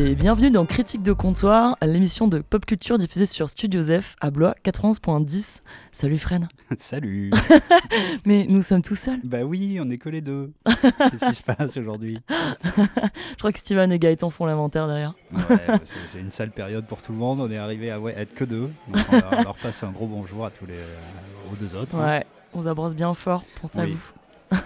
et bienvenue dans Critique de comptoir, l'émission de pop culture diffusée sur Studio F à Blois 91.10. Salut Fred. Salut. Mais nous sommes tout seuls. Bah oui, on est que les deux. Qu'est-ce qui se passe aujourd'hui? Je crois que Steven et Gaëtan font l'inventaire derrière. Ouais, c'est une sale période pour tout le monde. On est arrivé à être que deux. Donc on leur passe un gros bonjour à aux deux autres. Ouais, on vous embrasse bien fort. Pensez à Oui. vous.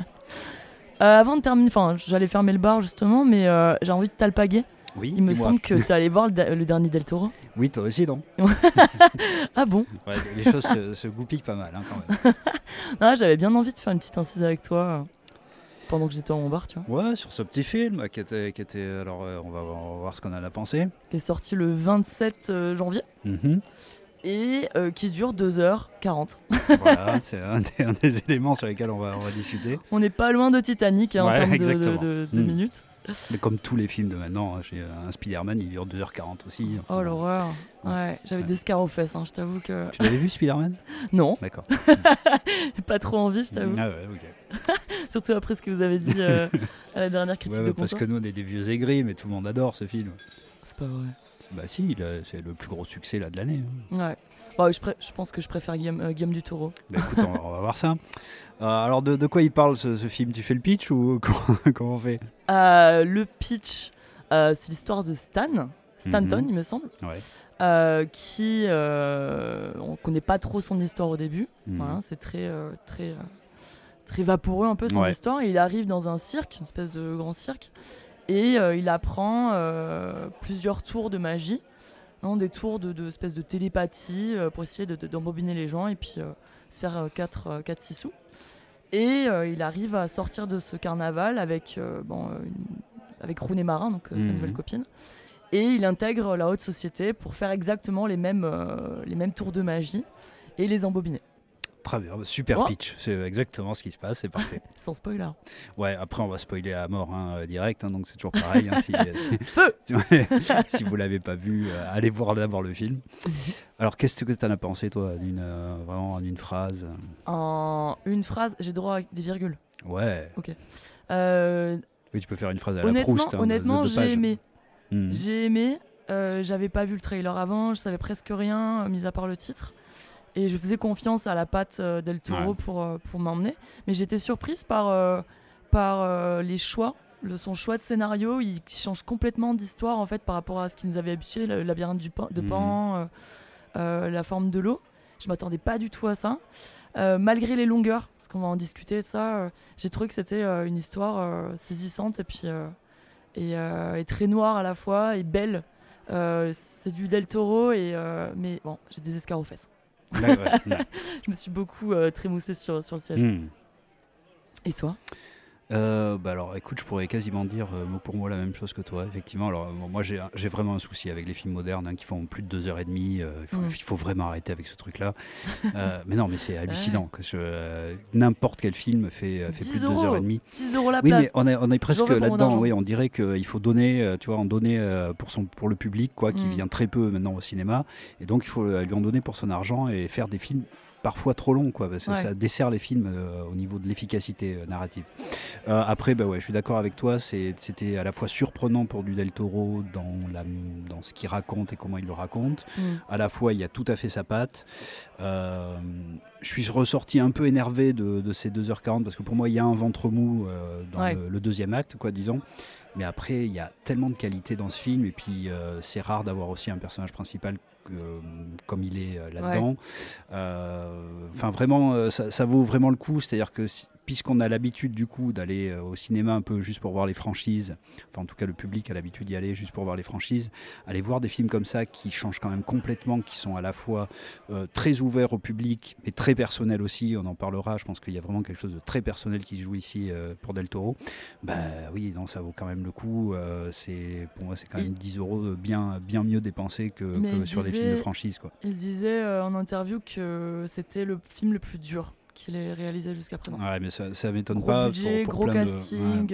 Avant de terminer, j'allais fermer le bar justement, mais j'ai envie de t'alpaguer. Oui, Il me dis-moi. semble que tu allé voir le dernier Del Toro. Oui, toi aussi, non? Ah bon? Ouais, les choses se goupillent pas mal, hein, quand même. Ah, j'avais bien envie de faire une petite incise avec toi pendant que j'étais dans mon bar, tu vois. Ouais, sur ce petit film qui était alors, on va voir ce qu'on en a pensé. Qui est sorti le 27 janvier Mhm. et qui dure 2h40. Voilà, c'est un des éléments sur lesquels on va discuter. On n'est pas loin de Titanic en Ouais, termes exactement. de Mm. minutes. Mais comme tous les films de maintenant, hein, j'ai un Spider-Man, il dure 2h40 aussi. Oh l'horreur. Ouais, j'avais Ouais. des scars aux fesses, je t'avoue que... Tu l'avais vu, Spider-Man? Non, D'accord. pas trop envie, je t'avoue. Ah ouais, ok. Surtout après ce que vous avez dit à la dernière critique de Parce comptoir. que nous, on est des vieux aigris, mais tout le monde adore ce film. C'est pas vrai. Bah si, c'est le plus gros succès là, de l'année. Hein. Ouais. Bon, je pense que je préfère Guillaume du Taureau. Bah écoute, on va voir ça. Alors de quoi il parle ce film? Tu fais le pitch ou comment on fait? Le pitch, c'est l'histoire de Stanton, Mhm. il me semble, Ouais. qui... on connaît pas trop son histoire au début. Mhm. Voilà, c'est très vaporeux un peu son Ouais. histoire. Et il arrive dans un cirque, une espèce de grand cirque, et il apprend plusieurs tours de magie, des tours de espèce de télépathie pour essayer d'embobiner les gens et puis se faire 4-6 sous. Et il arrive à sortir de ce carnaval avec Rooney Mara, donc sa nouvelle copine. Et il intègre la haute société pour faire exactement les mêmes tours de magie et les embobiner. Très bien, super Oh. pitch. C'est exactement ce qui se passe, c'est parfait. Sans spoiler. Ouais, après on va spoiler à mort direct, hein, donc c'est toujours pareil. Hein, Feu. si vous l'avez pas vu, allez voir d'abord le film. Alors qu'est-ce que tu en as pensé toi, vraiment en une phrase? En une phrase, j'ai droit à des virgules. Ouais. Euh, Oui, tu peux faire une phrase à la Proust. Hein, honnêtement, de j'ai pages. aimé. Mhm. J'ai aimé. J'avais pas vu le trailer avant, je savais presque rien, mis à part le titre. Et je faisais confiance à la patte Del Toro Ouais. pour m'emmener. Mais j'étais surprise par les choix. Son choix de scénario, il change complètement d'histoire en fait par rapport à ce qui nous avait habitué, le labyrinthe de Pan, la forme de l'eau. Je m'attendais pas du tout à ça. Malgré les longueurs, parce qu'on va en discuter de ça, j'ai trouvé que c'était une histoire saisissante et puis et très noire à la fois et belle. C'est du Del Toro mais bon, j'ai des escarres aux fesses. Ouais. Je me suis beaucoup trémoussée sur le ciel. Mhm. Et toi? Bah alors écoute, je pourrais quasiment dire mot pour mot la même chose que toi, effectivement. Alors moi j'ai vraiment un souci avec les films modernes qui font plus de 2h30. Il faut vraiment arrêter avec ce truc là. Mais non, mais c'est hallucinant que n'importe quel film fait plus de 2h30. 10 € la Oui, place. mais on est presque J'en veux pour mon là-dedans. argent. Oui, on dirait qu'il faut donner, tu vois, en donner pour le public, quoi, qui vient très peu maintenant au cinéma, et donc il faut lui en donner pour son argent et faire des films parfois trop longs, quoi, parce que ça dessert les films au niveau de l'efficacité narrative. Après, je suis d'accord avec toi, c'était à la fois surprenant pour du Del Toro dans ce qu'il raconte et comment il le raconte. À la fois, il y a tout à fait sa patte. Je suis ressorti un peu énervé de ces 2h40 parce que pour moi, il y a un ventre mou dans le deuxième acte, quoi, disons. Mais après, il y a tellement de qualité dans ce film, et puis c'est rare d'avoir aussi un personnage principal comme il est là-dedans. Enfin, vraiment, ça vaut vraiment le coup. C'est-à-dire que puisqu'on a l'habitude du coup d'aller au cinéma un peu juste pour voir les franchises, enfin en tout cas le public a l'habitude d'y aller juste pour voir les franchises, aller voir des films comme ça qui changent quand même complètement, qui sont à la fois très ouverts au public mais très personnels aussi, on en parlera, je pense qu'il y a vraiment quelque chose de très personnel qui se joue ici pour Del Toro. Oui, non, ça vaut quand même le coup, pour moi c'est quand même 10 € bien mieux dépensés que sur les films de franchise, quoi. Il disait en interview que c'était le film le plus dur qu'il ait réalisé jusqu'à présent. Ouais, mais ça m'étonne gros pas. Budget, pour gros plein casting,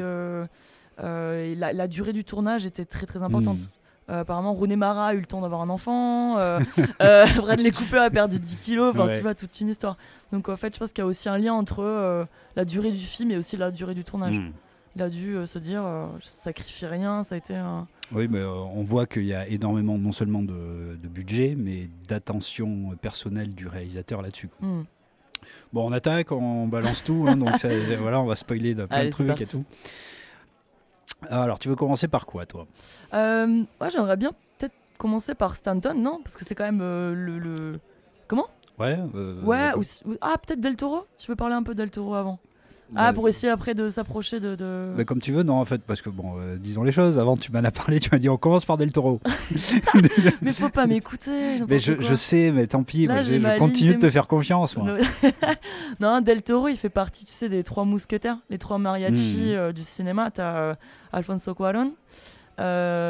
et la durée du tournage était très très importante. Apparemment, Rooney Mara a eu le temps d'avoir un enfant, Bradley Cooper a perdu 10 kilos, tu vois, toute une histoire. Donc en fait, je pense qu'il y a aussi un lien entre la durée du film et aussi la durée du tournage. Il a dû se dire, je sacrifie rien, ça a été Oui, mais on voit qu'il y a énormément, non seulement de budget, mais d'attention personnelle du réalisateur là-dessus. Bon, on attaque, on balance tout, hein, donc voilà, on va spoiler plein de trucs et tout. Alors, tu veux commencer par quoi, toi? Ouais, j'aimerais bien peut-être commencer par Stanton, non? Parce que c'est quand même le... Comment? Ouais. Peut-être Del Toro? Tu veux parler un peu de Del Toro avant? Pour essayer après de s'approcher de... Mais comme tu veux, non, en fait, parce que bon, disons les choses, avant tu m'en as parlé, tu m'as dit on commence par Del Toro. Mais faut pas m'écouter. Mais je sais, mais tant pis, là, je continue de te faire confiance, moi. Non, Del Toro, il fait partie, tu sais, des 3 mousquetaires, les 3 mariachis du cinéma. T'as Alfonso Cuarón, et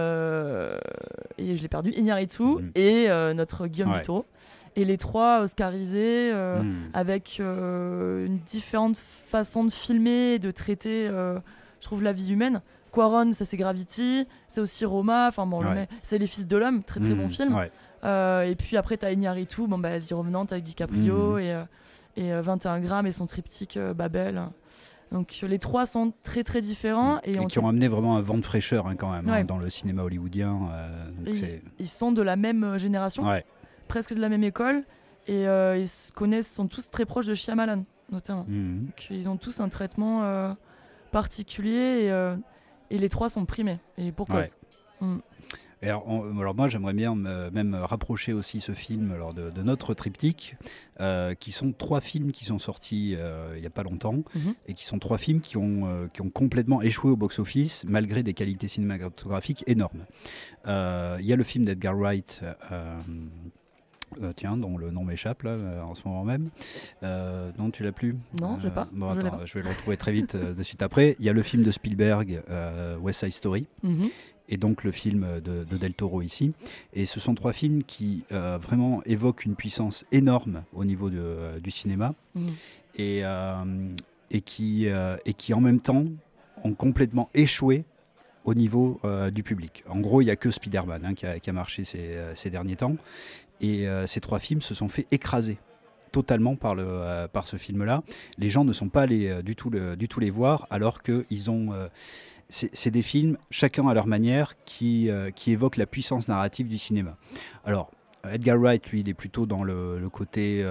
je l'ai perdu, Iñárritu et notre Guillaume du Toro. Et les 3 oscarisés avec une différente façon de filmer, de traiter, je trouve, la vie humaine. Cuarón, ça c'est Gravity, c'est aussi Roma, c'est Les Fils de l'Homme, très très bon film. Et puis après t'as Iñárritu, The Revenant avec DiCaprio et 21 grammes et son triptyque Babel. Donc les 3 sont très très différents. Et qui ont amené vraiment un vent de fraîcheur quand même dans le cinéma hollywoodien. Ils sont de la même génération. Presque de la même école et ils se connaissent, sont tous très proches de Shyamalan notamment. Donc, ils ont tous un traitement particulier et les 3 sont primés et pour cause. Et alors moi j'aimerais bien même rapprocher aussi ce film de notre triptyque qui sont 3 films qui sont sortis il n'y a pas longtemps et qui sont 3 films qui ont complètement échoué au box-office malgré des qualités cinématographiques énormes. Il y a le film d'Edgar Wright dont le nom m'échappe là en ce moment même. Non, tu l'as plus? Non, je l'ai pas. Bon, attends, je vais le retrouver très vite de suite après. Il y a le film de Spielberg, West Side Story, et donc le film de Del Toro ici. Et ce sont 3 films qui vraiment évoquent une puissance énorme au niveau du cinéma et qui en même temps ont complètement échoué au niveau du public. En gros, il n'y a que Spider-Man qui a marché ces derniers temps. Et ces 3 films se sont fait écraser totalement par ce film-là. Les gens ne sont pas allés du tout les voir, alors qu'ils ont... c'est des films, chacun à leur manière, qui évoquent la puissance narrative du cinéma. Alors, Edgar Wright, lui, il est plutôt dans le côté...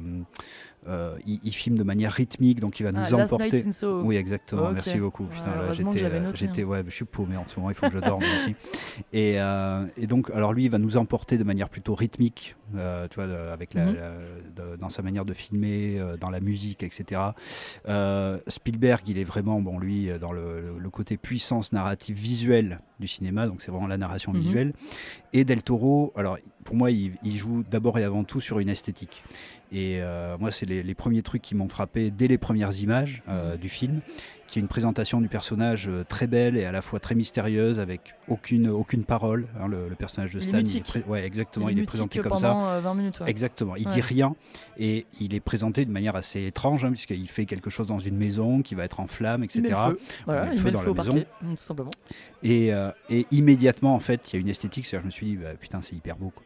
il filme de manière rythmique, donc il va nous emporter. Last Night in Soho. Oui, exactement. Okay. Merci beaucoup. Putain, là, je suis paumé en ce moment. Il faut que je dorme aussi. Et donc, alors lui, il va nous emporter de manière plutôt rythmique, tu vois, avec dans sa manière de filmer, dans la musique, etc. Spielberg, il est vraiment, lui, dans le côté puissance narrative visuelle du cinéma. Donc, c'est vraiment la narration visuelle. Et Del Toro, alors pour moi, il joue d'abord et avant tout sur une esthétique. Et moi, c'est les premiers trucs qui m'ont frappé dès les premières images du film, qui est une présentation du personnage très belle et à la fois très mystérieuse, avec aucune parole. Hein, le personnage de Stan, exactement, il est présenté comme ça. 20 minutes. Ouais. Exactement, il dit rien et il est présenté de manière assez étrange, hein, puisqu'il fait quelque chose dans une maison qui va être en flammes, etc. Il met le feu, il met le feu au parquet, tout simplement. Et immédiatement, en fait, il y a une esthétique, c'est-à-dire je me suis dit, putain, c'est hyper beau, quoi.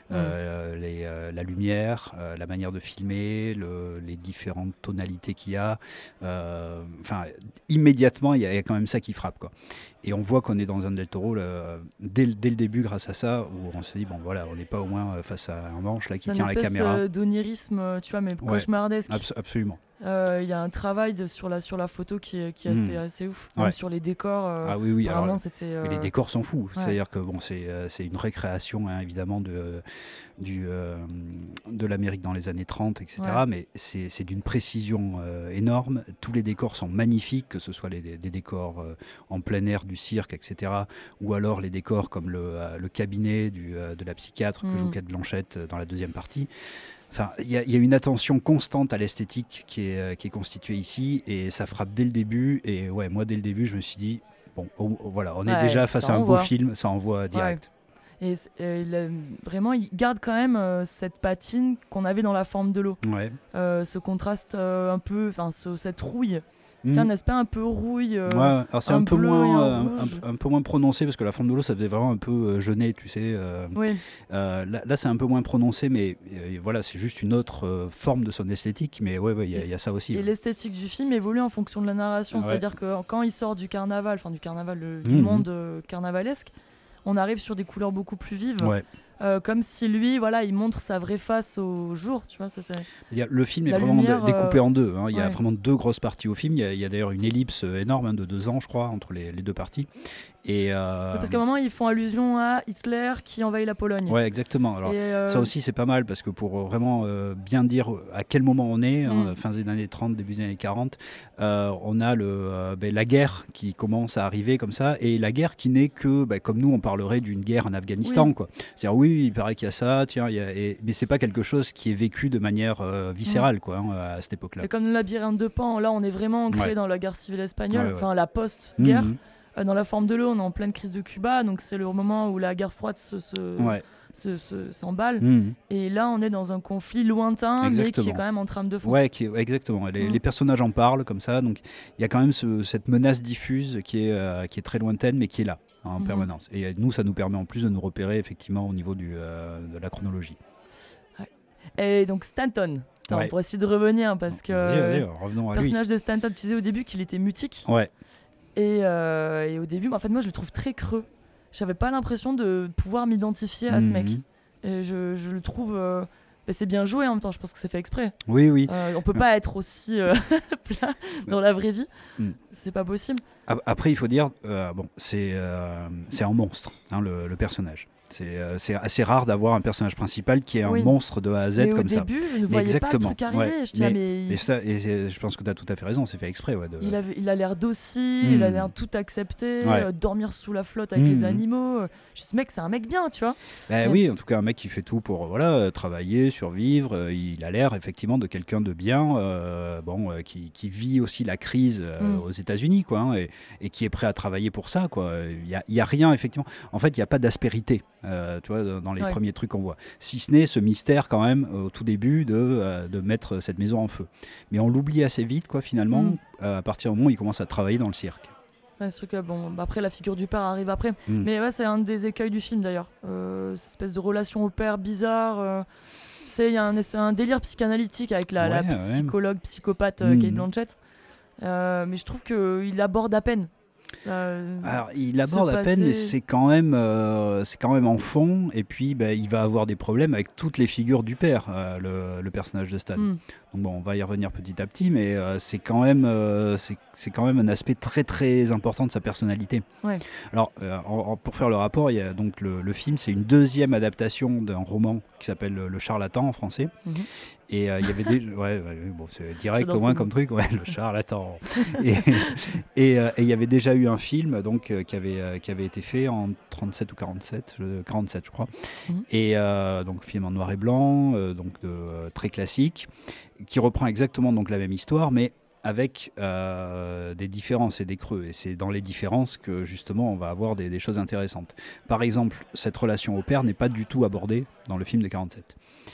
La lumière, la manière de filmer, les différentes tonalités qu'il y a, immédiatement il y a quand même ça qui frappe, quoi. Et on voit qu'on est dans un Del Toro dès le début grâce à ça, où on se dit bon voilà, on n'est pas au moins face à un manche là qui tient la caméra. C'est une espèce d'onirisme, tu vois, mais cauchemardesque. Absolument. Il y a un travail sur la photo qui est assez ouf. Même sur les décors. Oui. Alors, c'était. Mais les décors sont fous. C'est-à-dire que c'est une récréation, hein, évidemment de l'Amérique dans les années 30, etc. Mais c'est d'une précision énorme. Tous les décors sont magnifiques, que ce soit des décors en plein air du cirque, etc. Ou alors les décors comme le cabinet de la psychiatre que joue Cate Blanchett dans la deuxième partie. Enfin, il y a une attention constante à l'esthétique qui est constituée ici, et ça frappe dès le début. Et moi, dès le début, je me suis dit, bon, voilà, on est déjà face à un beau film, ça envoie direct. Et vraiment, il garde quand même cette patine qu'on avait dans La Forme de l'eau. Ce contraste un peu, cette rouille. Tiens, n'est-ce pas un peu rouille alors c'est un peu moins prononcé, parce que La Forme de l'eau, ça faisait vraiment un peu jeunet, tu sais. Là, c'est un peu moins prononcé, mais voilà, c'est juste une autre forme de son esthétique. Mais il y a ça aussi. Et l'esthétique du film évolue en fonction de la narration. C'est-à-dire que quand il sort du carnaval, du monde carnavalesque, on arrive sur des couleurs beaucoup plus vives. Ouais. Comme si lui, voilà, il montre sa vraie face au jour, tu vois. Le film est vraiment découpé en deux. Hein. Il y a vraiment 2 grosses parties au film. Il y a d'ailleurs une ellipse énorme de 2 ans, je crois, entre les 2 parties. Et parce qu'à un moment, ils font allusion à Hitler qui envahit la Pologne. Ouais, exactement. Alors, ça aussi, c'est pas mal parce que pour vraiment bien dire à quel moment on est, fin des années 30, début des années 40, on a la guerre qui commence à arriver comme ça, et la guerre qui n'est que, comme nous, on parlerait d'une guerre en Afghanistan. Quoi. C'est-à-dire, oui, il paraît qu'il y a ça, tiens, mais c'est pas quelque chose qui est vécu de manière viscérale quoi, à cette époque-là. Et comme le labyrinthe de Pan, là, on est vraiment ancré dans la guerre civile espagnole, enfin la post-guerre. Dans La forme de l'eau, on est en pleine crise de Cuba, donc c'est le moment où la guerre froide s'emballe. Et là, on est dans un conflit lointain, mais qui est quand même en trame de fond. Ouais, exactement. Les personnages en parlent comme ça, donc il y a quand même cette menace diffuse qui est très lointaine, mais qui est là en permanence. Et nous, ça nous permet en plus de nous repérer effectivement au niveau de la chronologie. Ouais. Et donc Stanton. Pour essayer de revenir, parce que revenons à le personnage de Stanton, tu disais au début qu'il était mutique. Ouais. Et au début, en fait, moi, je le trouve très creux. J'avais pas l'impression de pouvoir m'identifier à ce mec. Et je le trouve... c'est bien joué en même temps, je pense que c'est fait exprès. Oui. On peut pas être aussi plat dans la vraie vie. C'est pas possible. Après, il faut dire, c'est un monstre, hein, le personnage. C'est assez rare d'avoir un personnage principal qui est un monstre de A à Z comme ça. Au début, je ne voyais pas le truc arriver. Je pense que tu as tout à fait raison, c'est fait exprès. Ouais, il a l'air docile, il a l'air tout accepter, dormir sous la flotte avec les animaux. Ce mec, c'est un mec bien, tu vois. Oui, en tout cas, un mec qui fait tout pour travailler, survivre. Il a l'air effectivement de quelqu'un de bien, qui vit aussi la crise aux États-Unis, quoi, hein, et qui est prêt à travailler pour ça, quoi. Il y a rien, effectivement. En fait, il n'y a pas d'aspérité. Tu vois, dans les premiers trucs qu'on voit. Si ce n'est ce mystère quand même au tout début de mettre cette maison en feu. Mais on l'oublie assez vite, quoi, finalement, à partir du moment où il commence à travailler dans le cirque. Ouais, ce truc, après la figure du père arrive après. Mais c'est un des écueils du film d'ailleurs. Cette espèce de relation au père bizarre. Il y a un délire psychanalytique avec la psychologue, psychopathe Cate Blanchett. Mais je trouve qu'il aborde à peine. Alors, il aborde à peine, mais c'est quand même en fond. Et puis, il va avoir des problèmes avec toutes les figures du père, le personnage de Stan. Donc on va y revenir petit à petit, mais c'est quand même un aspect très très important de sa personnalité. Ouais. Alors, pour faire le rapport, il y a donc le film, c'est une deuxième adaptation d'un roman qui s'appelle Le Charlatan en français. Et il y avait des c'est direct au moins comme truc, Le Charlatan. et il y avait déjà eu un film donc qui avait été fait en 37 ou 47 je crois. Et donc film en noir et blanc, très classique, qui reprend exactement donc la même histoire, mais avec des différences et des creux. Et c'est dans les différences que justement on va avoir des choses intéressantes. Par exemple, cette relation au père n'est pas du tout abordée dans le film de 47.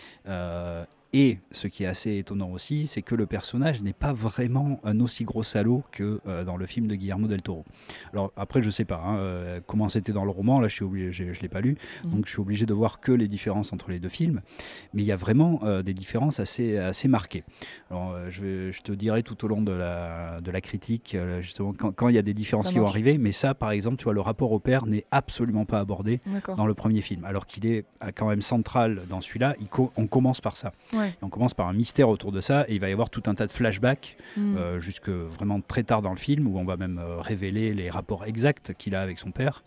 Et ce qui est assez étonnant aussi, c'est que le personnage n'est pas vraiment un aussi gros salaud que dans le film de Guillermo del Toro. Alors après, je sais pas comment c'était dans le roman, là je l'ai pas lu, donc je suis obligé de voir que les différences entre les deux films, mais il y a vraiment des différences assez marquées. Alors je te dirai tout au long de la critique, justement, quand il y a des différences qui vont arriver, mais ça par exemple, tu vois, le rapport au père n'est absolument pas abordé dans le premier film, alors qu'il est quand même central dans celui-là. On commence par ça. On commence par un mystère autour de ça, et il va y avoir tout un tas de flashbacks jusque vraiment très tard dans le film, où on va même révéler les rapports exacts qu'il a avec son père.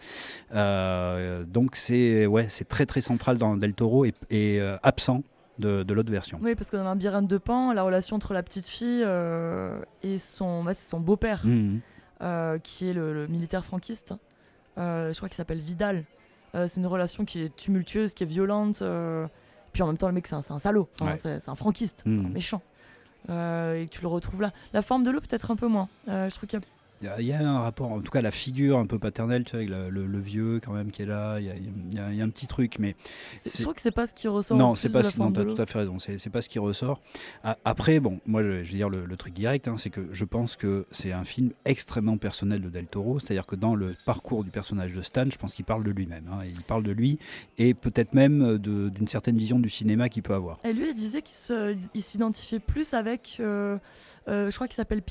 Donc c'est très très central dans Del Toro, et absent de l'autre version. Oui, parce que dans Labyrinthe de Pan, la relation entre la petite fille et son beau-père, qui est le militaire franquiste, je crois qu'il s'appelle Vidal. C'est une relation qui est tumultueuse, qui est violente. Puis en même temps, le mec, c'est un salaud. C'est un franquiste, un méchant. Et tu le retrouves là. La forme de l'eau, peut-être un peu moins. Je trouve qu'il y a... Il y a un rapport, en tout cas la figure un peu paternelle, tu vois, avec le vieux quand même qui est là. Il y a un petit truc, mais je trouve que c'est pas ce qui ressort. Non, c'est pas. Non, t'as tout à fait raison. C'est pas ce qui ressort. Après, moi, je vais dire le truc direct, c'est que je pense que c'est un film extrêmement personnel de Del Toro. C'est-à-dire que dans le parcours du personnage de Stan, je pense qu'il parle de lui-même. Il parle de lui, et peut-être même d'une certaine vision du cinéma qu'il peut avoir. Et lui, il disait qu'il s'identifiait plus avec, je crois qu'il s'appelle Pete.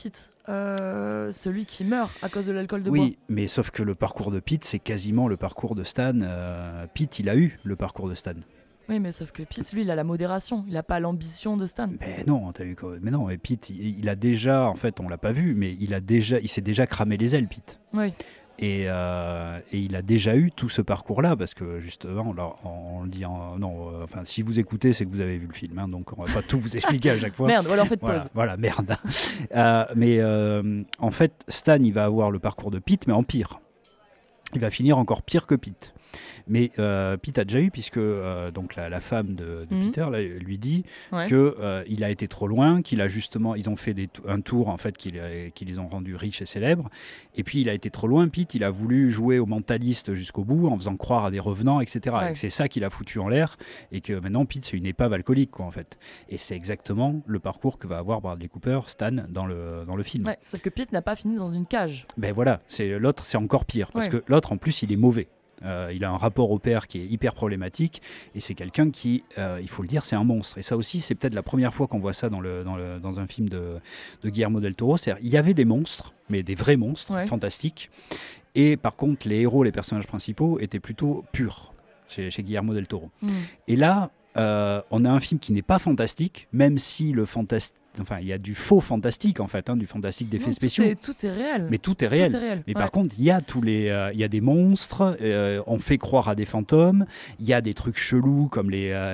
celui qui meurt à cause de l'alcool de bois. Oui, mais sauf que le parcours de Pete, c'est quasiment le parcours de Stan. Pete, il a eu le parcours de Stan. Oui, mais sauf que Pete, lui, il a la modération. Il n'a pas l'ambition de Stan. Mais non, t'as vu quoi. Mais non, et Pete, il a déjà, en fait, on l'a pas vu, mais il s'est déjà cramé les ailes, Pete. Oui. Et il a déjà eu tout ce parcours-là, parce que justement, on le dit enfin, si vous écoutez, c'est que vous avez vu le film, hein, donc on va pas tout vous expliquer à chaque fois. Merde, alors faites pause. Voilà, merde. Mais en fait, Stan, il va avoir le parcours de Pete, mais en pire. Il va finir encore pire que Pete. Mais Pete a déjà eu, puisque donc la femme de Peter là, lui dit qu'il a été trop loin, qu'il a justement, ils ont fait un tour en fait qui les ont rendus riches et célèbres. Et puis il a été trop loin, Pete, il a voulu jouer au mentaliste jusqu'au bout en faisant croire à des revenants, etc. Ouais. Et que c'est ça qu'il a foutu en l'air, et que maintenant Pete c'est une épave alcoolique, quoi, en fait. Et c'est exactement le parcours que va avoir Bradley Cooper, Stan, dans le film. Ouais, sauf que Pete n'a pas fini dans une cage. Ben voilà, l'autre c'est encore pire, parce que l'autre en plus il est mauvais. Il a un rapport au père qui est hyper problématique, et c'est quelqu'un qui, il faut le dire, c'est un monstre. Et ça aussi, c'est peut-être la première fois qu'on voit ça dans un film de Guillermo del Toro. C'est-à-dire, il y avait des monstres, mais des vrais monstres, fantastiques. Et par contre, les héros, les personnages principaux étaient plutôt purs chez Guillermo del Toro. Et là, on a un film qui n'est pas fantastique, même si le fantastique... Enfin, il y a du faux fantastique, en fait, du fantastique d'effets spéciaux. Tout est réel. Mais tout est réel. Mais par contre, il y a il y a des monstres, on fait croire à des fantômes, il y a des trucs chelous comme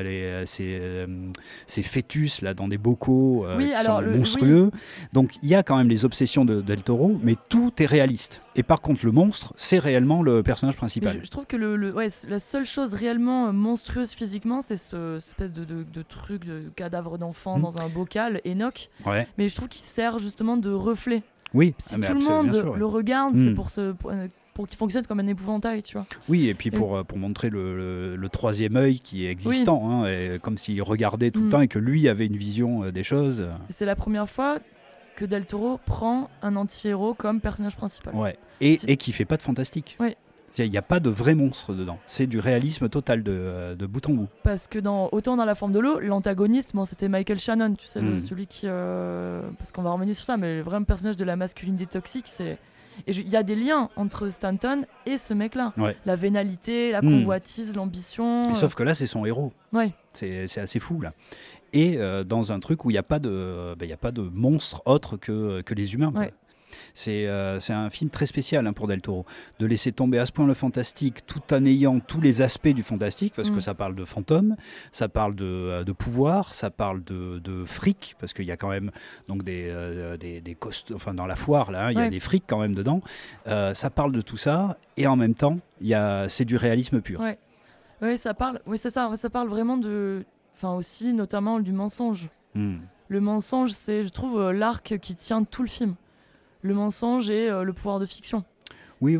ces fœtus là, dans des bocaux qui sont monstrueux. Donc, il y a quand même les obsessions de Del Toro, mais tout est réaliste. Et par contre, le monstre, c'est réellement le personnage principal. Je trouve que la seule chose réellement monstrueuse physiquement, c'est cette espèce de truc de cadavre d'enfant dans un bocal, Enoch. Ouais. Mais je trouve qu'il sert justement de reflet. Oui, si tout le monde le regarde, c'est pour qu'il fonctionne comme un épouvantail, tu vois. Oui, et puis pour montrer le troisième œil qui est existant, et comme s'il regardait tout le temps et que lui avait une vision des choses. Et c'est la première fois que Del Toro prend un anti-héros comme personnage principal. Ouais. Et qui fait pas de fantastique. Oui. Il n'y a pas de vrai monstre dedans. C'est du réalisme total de bout en bout. Parce que autant dans La Forme de l'eau, l'antagoniste, c'était Michael Shannon, tu sais, celui qui... parce qu'on va revenir sur ça, mais le vrai personnage de la masculinité toxique, c'est... Et il y a des liens entre Stanton et ce mec-là. Ouais. La vénalité, la convoitise, l'ambition... Sauf que là, c'est son héros. Ouais. C'est assez fou, là. Et dans un truc où il n'y a pas de monstre autre que les humains. Quoi. Ouais. C'est un film très spécial pour Del Toro, de laisser tomber à ce point le fantastique tout en ayant tous les aspects du fantastique, parce que ça parle de fantômes, ça parle de pouvoir, ça parle de fric, parce qu'il y a quand même donc des costes, enfin dans la foire là, il y a des frics quand même dedans, ça parle de tout ça, et en même temps c'est du réalisme pur. Ouais, ça parle vraiment aussi notamment du mensonge. Le mensonge, c'est, je trouve, l'arc qui tient tout le film. Le mensonge et le pouvoir de fiction. Oui.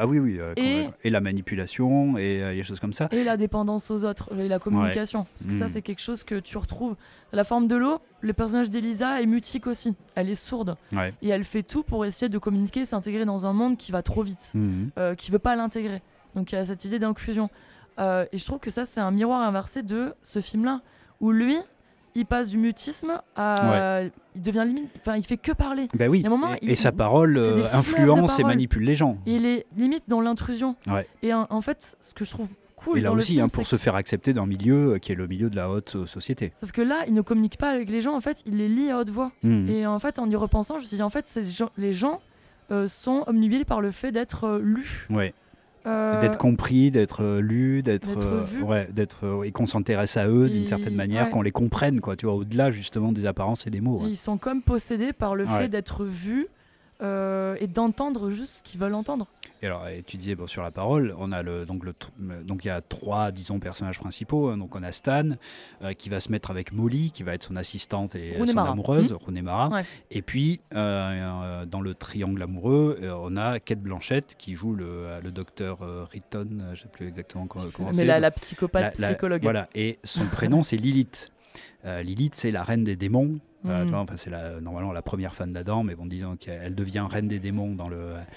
Et la manipulation et les choses comme ça. Et la dépendance aux autres, et la communication. Parce que ça, c'est quelque chose que tu retrouves. La Forme de l'eau, le personnage d'Elisa est mutique aussi. Elle est sourde. Ouais. Et elle fait tout pour essayer de communiquer, s'intégrer dans un monde qui va trop vite, qui ne veut pas l'intégrer. Donc il y a cette idée d'inclusion. Et je trouve que ça, c'est un miroir inversé de ce film-là, où lui... il passe du mutisme à... Il devient limite... Enfin, il fait que parler. Ben oui, et sa parole influence et manipule les gens. Il est limite dans l'intrusion. Ouais. Et en fait, ce que je trouve cool et là dans aussi, le film, pour se faire accepter d'un milieu qui est le milieu de la haute société. Sauf que là, il ne communique pas avec les gens, en fait, il les lit à haute voix. Et en fait, en y repensant, je me suis dit, en fait, les gens sont omnubilés par le fait d'être lus. Ouais. D'être compris, d'être lu, d'être vu, et qu'on s'intéresse à eux d'une certaine manière, qu'on les comprenne, quoi, tu vois, au-delà justement des apparences et des mots. Ils sont comme possédés par le fait d'être vus et d'entendre juste ce qu'ils veulent entendre. Et alors, tu disais sur la parole, on a donc il y a 3, disons, personnages principaux. Donc on a Stan qui va se mettre avec Molly, qui va être son assistante et son amoureuse, Rooney Mara. Ouais. Et puis dans le triangle amoureux, on a Cate Blanchett qui joue le docteur Riton, je ne sais plus exactement comment c'est. Mais la psychopathe psychologue. Voilà, et son prénom c'est Lilith. Lilith, c'est la reine des démons. Tu vois, enfin, c'est normalement la première femme d'Adam, mais bon, disons qu'elle devient reine des démons dans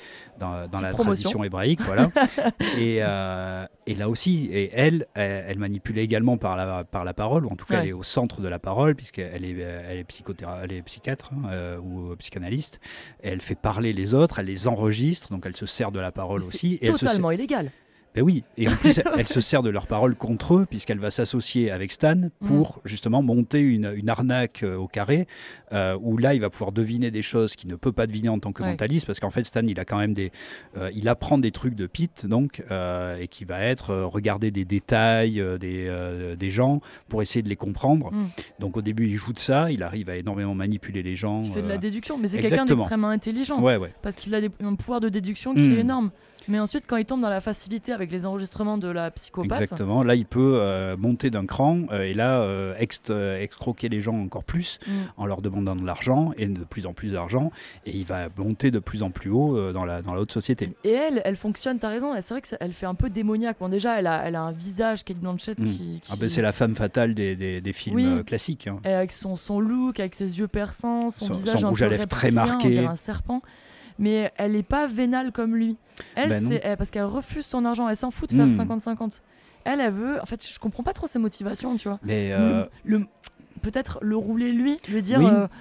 la tradition hébraïque, voilà. et là aussi, elle manipule également par la parole, ou en tout cas elle est au centre de la parole, puisqu'elle est psychiatre ou psychanalyste. Et elle fait parler les autres, elle les enregistre, donc elle se sert de la parole aussi. C'est totalement illégal. Ben oui, et en plus elle se sert de leurs paroles contre eux, puisqu'elle va s'associer avec Stan pour justement monter une arnaque au carré, où là il va pouvoir deviner des choses qu'il ne peut pas deviner en tant que mentaliste, parce qu'en fait Stan il a quand même il apprend des trucs de Pete, donc, et qui va être regarder des détails des gens pour essayer de les comprendre. Donc au début il joue de ça, il arrive à énormément manipuler les gens. Il fait de la déduction, mais c'est quelqu'un d'extrêmement intelligent, parce qu'il a un pouvoir de déduction qui est énorme. Mais ensuite, quand il tombe dans la facilité avec les enregistrements de la psychopathe... Exactement, là il peut monter d'un cran et là excroquer les gens encore plus en leur demandant de l'argent et de plus en plus d'argent, et il va monter de plus en plus haut dans la haute société. Et elle fonctionne, t'as raison, c'est vrai qu'elle fait un peu démoniaque. Bon, déjà, elle a un visage, Cate Blanchett, qui... Ah ben, c'est la femme fatale des films classiques. Hein. Avec son look, avec ses yeux perçants, son visage son un rouge peu à lèvres très marqué. On dirait un serpent. Mais elle n'est pas vénale comme lui. Elle, parce qu'elle refuse son argent, elle s'en fout de faire 50-50. Elle veut... En fait, je comprends pas trop ses motivations, tu vois. Mais peut-être le rouler lui dire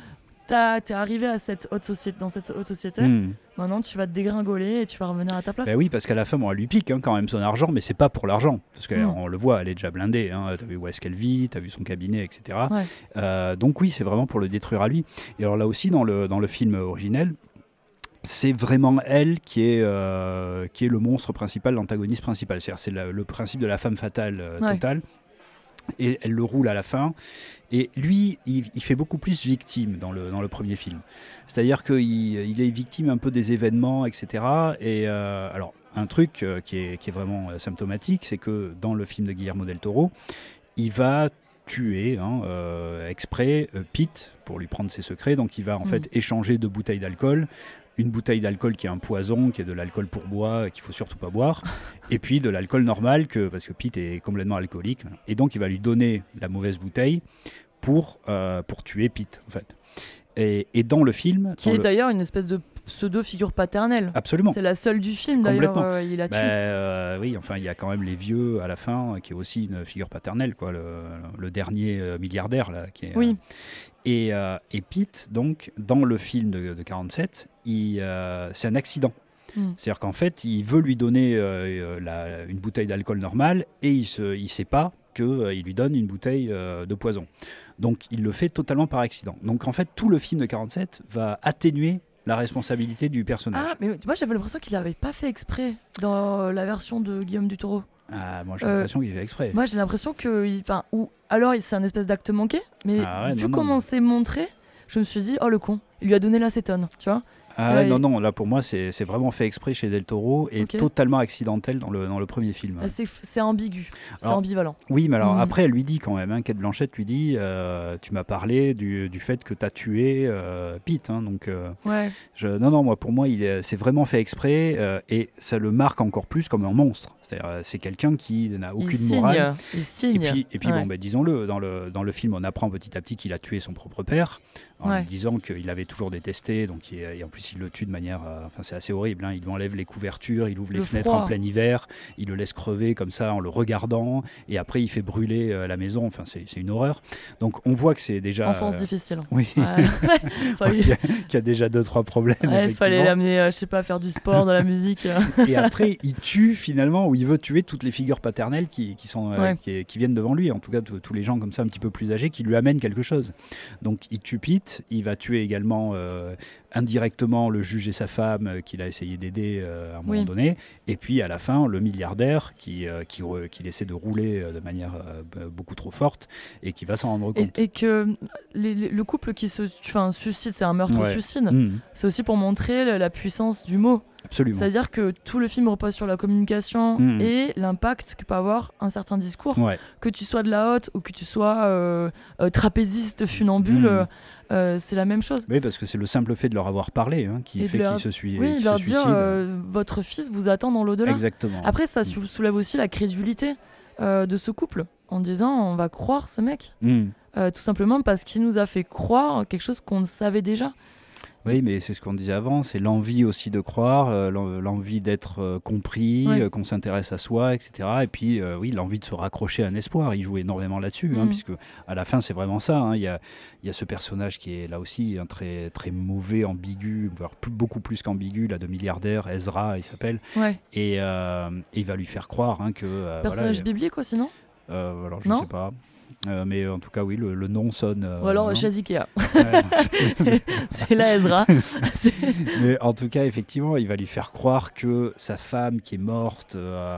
t'es arrivé à dans cette haute société, maintenant tu vas te dégringoler et tu vas revenir à ta place. Oui, parce qu'à la fin, elle lui pique quand même son argent, mais c'est pas pour l'argent. Parce qu'on le voit, elle est déjà blindée. Hein. T'as vu où est-ce qu'elle vit, t'as vu son cabinet, etc. Donc oui, c'est vraiment pour le détruire à lui. Et alors là aussi, dans le film originel, c'est vraiment elle qui est le monstre principal, l'antagoniste principal. C'est le principe de la femme fatale totale. Et elle le roule à la fin. Et lui, il fait beaucoup plus victime dans le premier film. C'est-à-dire qu'il est victime un peu des événements, etc. Et alors, un truc qui est vraiment symptomatique, c'est que dans le film de Guillermo del Toro, il va tuer exprès Pete pour lui prendre ses secrets. Donc il va en fait échanger 2 bouteilles d'alcool. Une bouteille d'alcool qui est un poison, qui est de l'alcool pour bois, qu'il faut surtout pas boire, et puis de l'alcool normal, parce que Pete est complètement alcoolique, et donc il va lui donner la mauvaise bouteille pour tuer Pete, en fait. Et dans le film... Qui est d'ailleurs une espèce de pseudo-figure paternelle. Absolument. C'est la seule du film, d'ailleurs, il a tué. Oui, enfin, il y a quand même les vieux à la fin, qui est aussi une figure paternelle, quoi, le dernier milliardaire, là, qui est... Oui. Et Pete, donc, dans le film de 47, c'est un accident. C'est-à-dire qu'en fait, il veut lui donner une bouteille d'alcool normale et il ne sait pas qu'il lui donne une bouteille de poison. Donc, il le fait totalement par accident. Donc, en fait, tout le film de 47 va atténuer la responsabilité du personnage. Ah, mais moi, j'avais l'impression qu'il n'avait pas fait exprès dans la version de Guillaume du Toro. Ah, moi j'ai l'impression qu'il fait exprès. Moi j'ai l'impression que... alors c'est un espèce d'acte manqué, mais vu comment c'est montré, je me suis dit, oh le con, il lui a donné l'acétone, tu vois. Non, là pour moi c'est vraiment fait exprès chez Del Toro et totalement accidentel dans le premier film. C'est ambigu, c'est ambivalent. Oui, mais alors après elle lui dit quand même, Cate Blanchett lui dit, tu m'as parlé du fait que tu as tué Pete, hein, donc pour moi c'est vraiment fait exprès et ça le marque encore plus comme un monstre. C'est quelqu'un qui n'a aucune morale. Il signe. Et puis disons-le, dans le film, on apprend petit à petit qu'il a tué son propre père, en lui disant qu'il avait toujours détesté, donc et en plus il le tue de manière... c'est assez horrible, hein, il lui enlève les couvertures, il ouvre les fenêtres en plein hiver, il le laisse crever comme ça en le regardant, et après il fait brûler la maison, c'est une horreur. Donc on voit que c'est déjà... Enfance difficile. Oui, qu'il y a déjà 2-3 problèmes. Il fallait l'amener, je sais pas, faire du sport, de la musique. Et après il tue finalement, il veut tuer toutes les figures paternelles qui viennent devant lui, en tout cas tous les gens comme ça un petit peu plus âgés qui lui amènent quelque chose. Donc il tue Pete, il va tuer également indirectement le juge et sa femme qu'il a essayé d'aider à un moment donné, et puis à la fin le milliardaire qui essaie de rouler de manière beaucoup trop forte et qui va s'en rendre compte. Et que le couple qui suicide, c'est un meurtre-suicide, c'est aussi pour montrer la puissance du mot. Absolument. C'est-à-dire que tout le film repose sur la communication et l'impact que peut avoir un certain discours. Que tu sois de la haute ou que tu sois trapéziste, funambule, c'est la même chose. Oui, parce que c'est le simple fait de leur avoir parlé qui fait qu'ils se suicident. Oui, leur dire votre fils vous attend dans l'au-delà. Exactement. Après, ça soulève aussi la crédulité de ce couple en disant on va croire ce mec. tout simplement parce qu'il nous a fait croire quelque chose qu'on savait déjà. Oui, mais c'est ce qu'on disait avant, c'est l'envie aussi de croire, l'envie d'être compris, qu'on s'intéresse à soi, etc. Et puis, oui, l'envie de se raccrocher à un espoir. Il joue énormément là-dessus, puisque à la fin, c'est vraiment ça. Il y a ce personnage qui est là aussi très, très mauvais, ambigu, voire beaucoup plus qu'ambigu, là, de milliardaire, Ezra, il s'appelle. Ouais. Et il va lui faire croire que... personnage biblique aussi, non alors, je ne sais pas. Mais en tout cas, oui, le nom sonne. Ou alors chez Ikea. C'est la Ezra. Mais en tout cas, effectivement, il va lui faire croire que sa femme qui est morte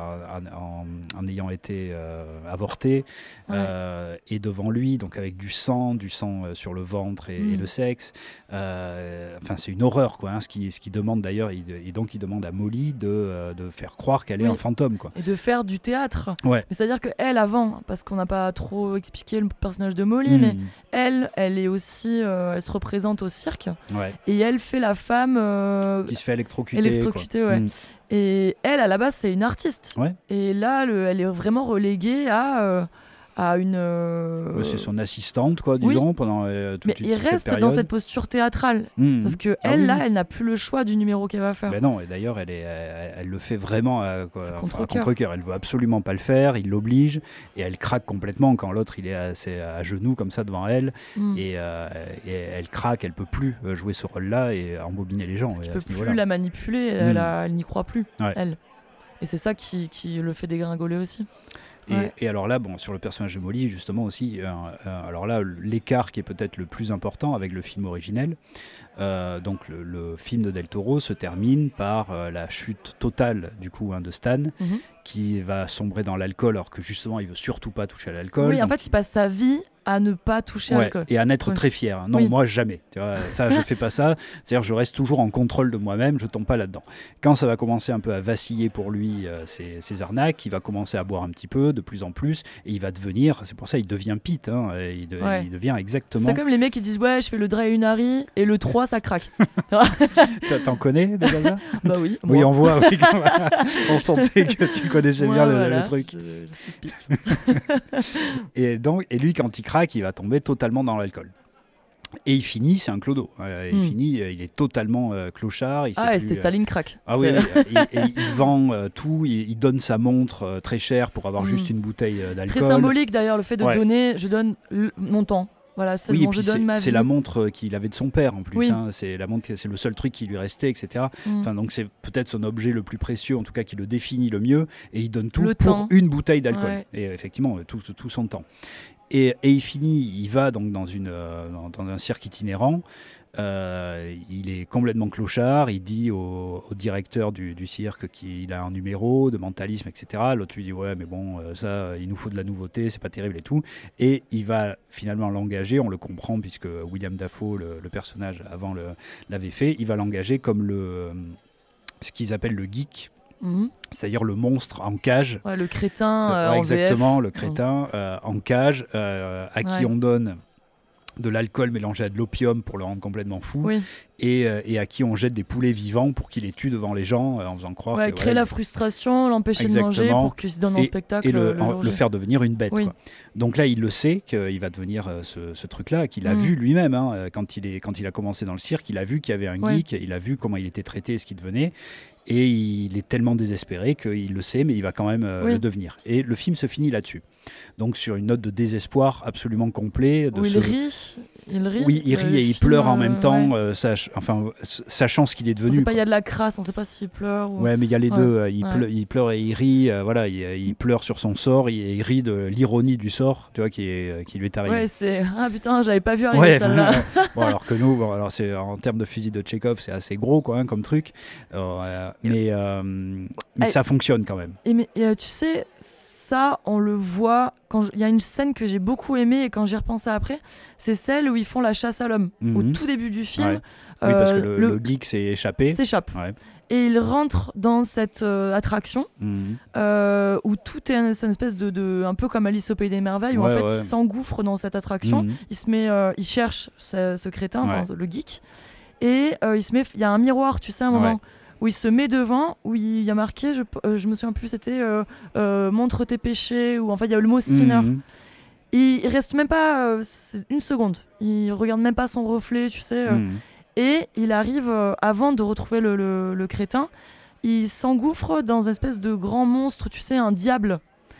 en ayant été avortée est devant lui, donc avec du sang sur le ventre et le sexe. Enfin, c'est une horreur, quoi. Ce qu'il demande d'ailleurs, donc il demande à Molly de faire croire qu'elle est un fantôme, quoi. Et de faire du théâtre. Ouais. Mais c'est-à-dire qu'elle, avant, parce qu'on n'a pas trop expliqué le personnage de Molly, mais elle est aussi, elle se représente au cirque, et elle fait la femme qui se fait électrocuter, ouais. Et elle, à la base, c'est une artiste. Et là, elle est vraiment reléguée à une... c'est son assistante, quoi, disons, pendant toute mais il reste dans cette posture théâtrale. Sauf que elle n'a plus le choix du numéro qu'elle va faire. Ben non, et d'ailleurs, elle le fait vraiment à contre-cœur. Elle veut absolument pas le faire, il l'oblige, et elle craque complètement quand l'autre il est à genoux comme ça devant elle, et elle craque, elle peut plus jouer ce rôle-là et embobiner les gens. Parce qu'il peut plus la manipuler, elle n'y croit plus, elle. Et c'est ça qui le fait dégringoler aussi. Et alors là, sur le personnage de Molly, justement aussi, alors là, l'écart qui est peut-être le plus important avec le film originel, donc le film de Del Toro se termine par la chute totale du coup de Stan, qui va sombrer dans l'alcool, alors que justement il veut surtout pas toucher à l'alcool. Oui, en fait, il passe sa vie à ne pas toucher à l'alcool. Et à en être très fier. Non, moi jamais. Tu vois, ça, je fais pas ça. C'est-à-dire, je reste toujours en contrôle de moi-même, je tombe pas là-dedans. Quand ça va commencer un peu à vaciller pour lui, ces arnaques, il va commencer à boire un petit peu, de plus en plus, et il va devenir, c'est pour ça il devient Pete, il devient exactement... C'est comme les mecs qui disent, ouais, je fais le dry Unari, et le 3, ça craque. T'en connais déjà ça? Bah oui. Oui, on voit, oui, on sentait que tu connaissais bien le truc. Je suis Pete. et lui, quand il craque, il va tomber totalement dans l'alcool. Et il finit, c'est un clodo. Il finit, il est totalement clochard. C'est Staline crack. Ah oui, il vend tout, il donne sa montre très chère pour avoir juste une bouteille d'alcool. Très symbolique d'ailleurs, le fait de donner, je donne mon temps. Voilà, seulement je donne ma vie. C'est la montre qu'il avait de son père en plus. C'est la montre, c'est le seul truc qui lui restait, etc. Enfin, donc c'est peut-être son objet le plus précieux, en tout cas qui le définit le mieux. Et il donne tout pour une bouteille d'alcool. Ouais. Et effectivement, tout son temps. Et il finit, il va donc dans un cirque itinérant. Il est complètement clochard. Il dit au directeur du cirque qu'il a un numéro de mentalisme, etc. L'autre lui dit ouais, mais bon, ça, il nous faut de la nouveauté, c'est pas terrible et tout. Et il va finalement l'engager. On le comprend puisque William Dafoe, le personnage avant l'avait fait. Il va l'engager comme ce qu'ils appellent le geek. C'est-à-dire le monstre en cage. Ouais, le crétin exactement, en VF. Le crétin en cage à qui on donne de l'alcool mélangé à de l'opium pour le rendre complètement fou, et à qui on jette des poulets vivants pour qu'il les tue devant les gens en faisant croire que... créer la frustration, l'empêcher de manger pour qu'il se donne en spectacle. Et le faire devenir une bête. Quoi. Donc là, il le sait qu'il va devenir ce truc-là, qu'il a vu lui-même. Quand il a commencé dans le cirque, il a vu qu'il y avait un geek, il a vu comment il était traité et ce qu'il devenait. Et il est tellement désespéré qu'il le sait, mais il va quand même le devenir. Et le film se finit là-dessus. Donc sur une note de désespoir absolument complet. Il rit. Oui, il rit et il pleure en même temps, sachant ce qu'il est devenu. On sait pas, il y a de la crasse, on sait pas s'il pleure. Ouais, mais il y a les deux. Il pleure et il rit. Il pleure sur son sort et il rit de l'ironie du sort, tu vois, qui lui est arrivé. Ouais, c'est putain, j'avais pas vu arriver celle-là. Bon, alors que nous, alors c'est en termes de fusil de Tchekhov, c'est assez gros, quoi, comme truc. Mais ça fonctionne quand même. Mais tu sais, ça, on le voit. Il y a une scène que j'ai beaucoup aimée et quand j'y repensais après, c'est celle où ils font la chasse à l'homme. Au tout début du film. Ouais. Oui, parce que le geek s'échappe. Ouais. Et il rentre dans cette attraction où tout est une espèce de un peu comme Alice au Pays des Merveilles, où en fait il s'engouffre dans cette attraction. Il cherche ce crétin, le geek, et il y a un miroir, tu sais, à un moment. Où il se met devant, où il y a marqué, je me souviens plus, c'était montre tes péchés, ou en fait il y a le mot sinner. il reste même pas une seconde. Il regarde même pas son reflet, tu sais. Et il arrive, avant de retrouver le crétin, il s'engouffre dans une espèce de grand monstre, tu sais, un diable.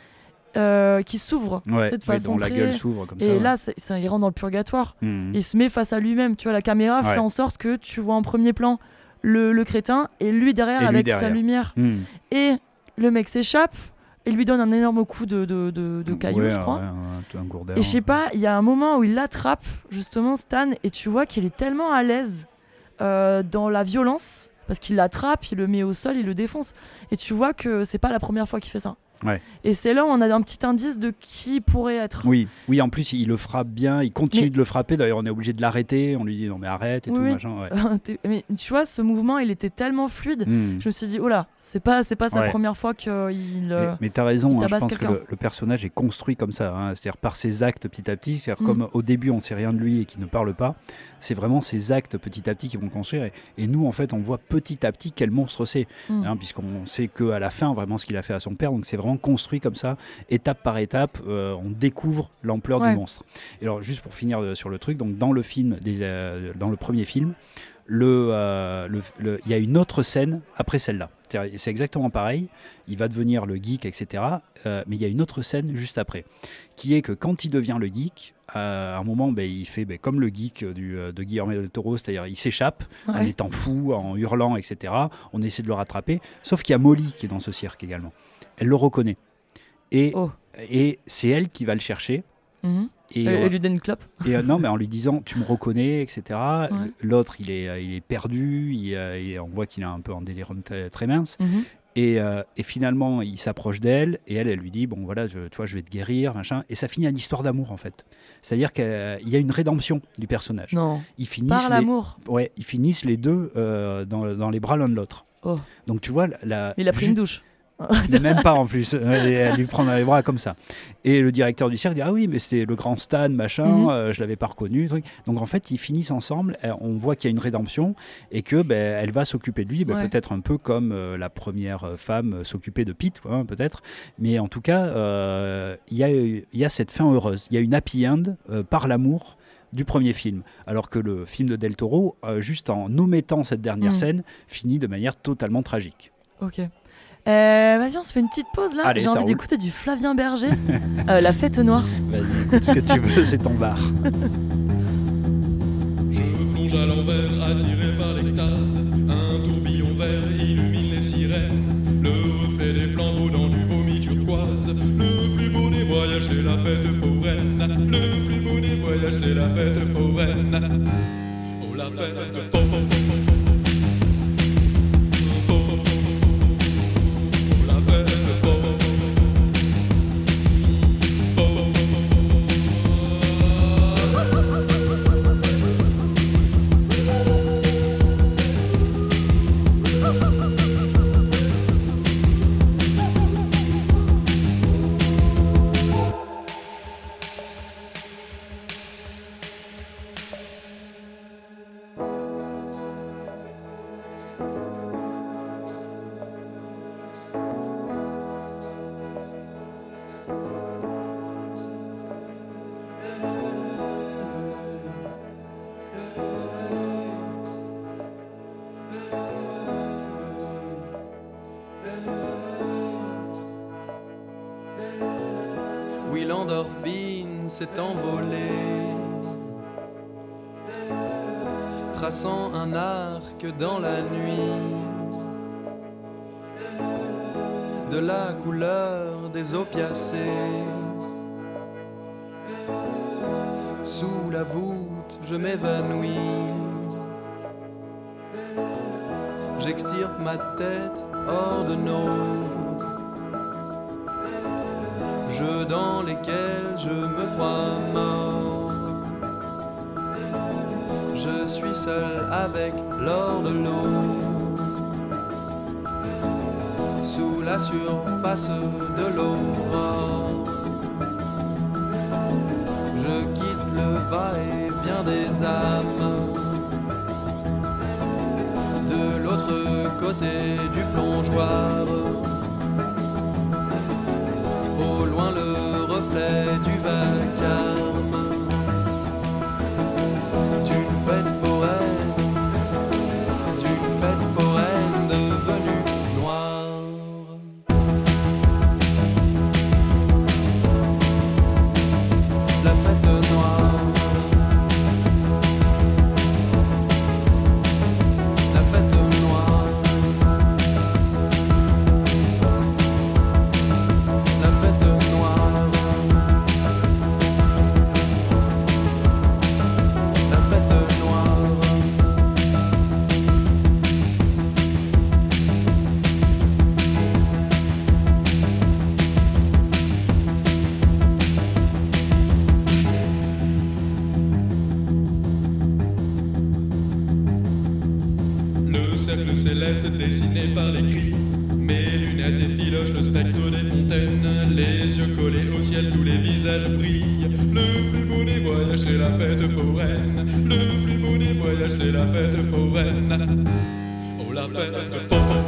Qui s'ouvre de façon dont la gueule s'ouvre comme ça. Et là, il rentre dans le purgatoire. Il se met face à lui-même. Tu vois, la caméra fait en sorte que tu vois en premier plan le crétin et lui derrière avec sa lumière. Et le mec s'échappe et lui donne un énorme coup de caillou, je crois. Un gourdin. Et je sais pas, il y a un moment où il l'attrape, justement, Stan, et tu vois qu'il est tellement à l'aise dans la violence, parce qu'il l'attrape, il le met au sol, il le défonce. Et tu vois que c'est pas la première fois qu'il fait ça. Et c'est là où on a un petit indice de qui pourrait être. Oui, en plus il le frappe bien, il continue de le frapper. D'ailleurs, on est obligé de l'arrêter. On lui dit non mais arrête et tout machin. Mais tu vois, ce mouvement, il était tellement fluide. Je me suis dit, oh là, c'est pas sa première fois qu'il. Mais t'as raison. Je pense que le personnage est construit comme ça, c'est-à-dire par ses actes petit à petit. C'est-à-dire comme au début on sait rien de lui et qu'il ne parle pas. C'est vraiment ses actes petit à petit qui vont construire. Et nous, en fait, on voit petit à petit quel monstre c'est, puisqu'on sait qu'à la fin vraiment ce qu'il a fait à son père. Donc c'est vraiment construit comme ça, étape par étape, on découvre l'ampleur du monstre. Et alors, juste pour finir sur le truc, donc dans le film, dans le premier film, il y a une autre scène après celle-là. C'est exactement pareil, il va devenir le geek, etc. Mais il y a une autre scène juste après, qui est que quand il devient le geek, à un moment, il fait comme le geek de Guillermo del Toro, c'est-à-dire il s'échappe en étant fou, en hurlant, etc. On essaie de le rattraper, sauf qu'il y a Molly qui est dans ce cirque également. Elle le reconnaît. Et c'est elle qui va le chercher. Et elle lui donne une clope. Et non, mais en lui disant tu me reconnais, etc. L'autre, il est perdu. On voit qu'il est un peu en délirium très mince. Et finalement, il s'approche d'elle et elle lui dit bon voilà, je vais te guérir, machin. Et ça finit à une histoire d'amour en fait. C'est-à-dire qu'il y a une rédemption du personnage. Non. Par l'amour. Ouais, ils finissent les deux dans les bras l'un de l'autre. Donc tu vois il a pris une douche. Même pas en plus, elle lui prend dans les bras comme ça. Et le directeur du cirque dit ah oui mais c'était le grand Stan machin, je l'avais pas reconnu. Truc. Donc en fait ils finissent ensemble, on voit qu'il y a une rédemption et que elle va s'occuper de lui, peut-être un peu comme la première femme s'occupait de Pete, peut-être. Mais en tout cas il y a cette fin heureuse, il y a une happy end par l'amour du premier film, alors que le film de Del Toro, juste en omettant cette dernière scène, finit de manière totalement tragique. Ok. Vas-y, on se fait une petite pause là. Allez, j'ai envie d'écouter du Flavien Berger, La Fête Noire. Vas-y, écoute ce que tu veux, c'est ton bar. Je plonge à l'envers, attiré par l'extase. Un tourbillon vert illumine les sirènes. Le reflet des flambeaux dans du vomi turquoise. Le plus beau des voyages, c'est la fête foraine. Le plus beau des voyages, c'est la fête foraine. Oh, la fête foraine. Oui, l'endorphine s'est envolée, traçant un arc dans la nuit, de la couleur des opiacés. Sous la voûte, je m'évanouis, j'extirpe ma tête hors de nos jeux dans lesquels je me crois mort. Je suis seul avec l'or de l'eau, sous la surface de l'aurore. Je quitte le va-et-vient des âmes, de l'autre côté du plongeoir. Au loin le reflet du vacarme bleu céleste dessiné par les cris. Mes lunettes effilochent le spectre des fontaines, les yeux collés au ciel, tous les visages brillent. Le plus beau des voyages, c'est la fête foraine. Le plus beau des voyages, c'est la fête foraine. Oh, la fête foraine.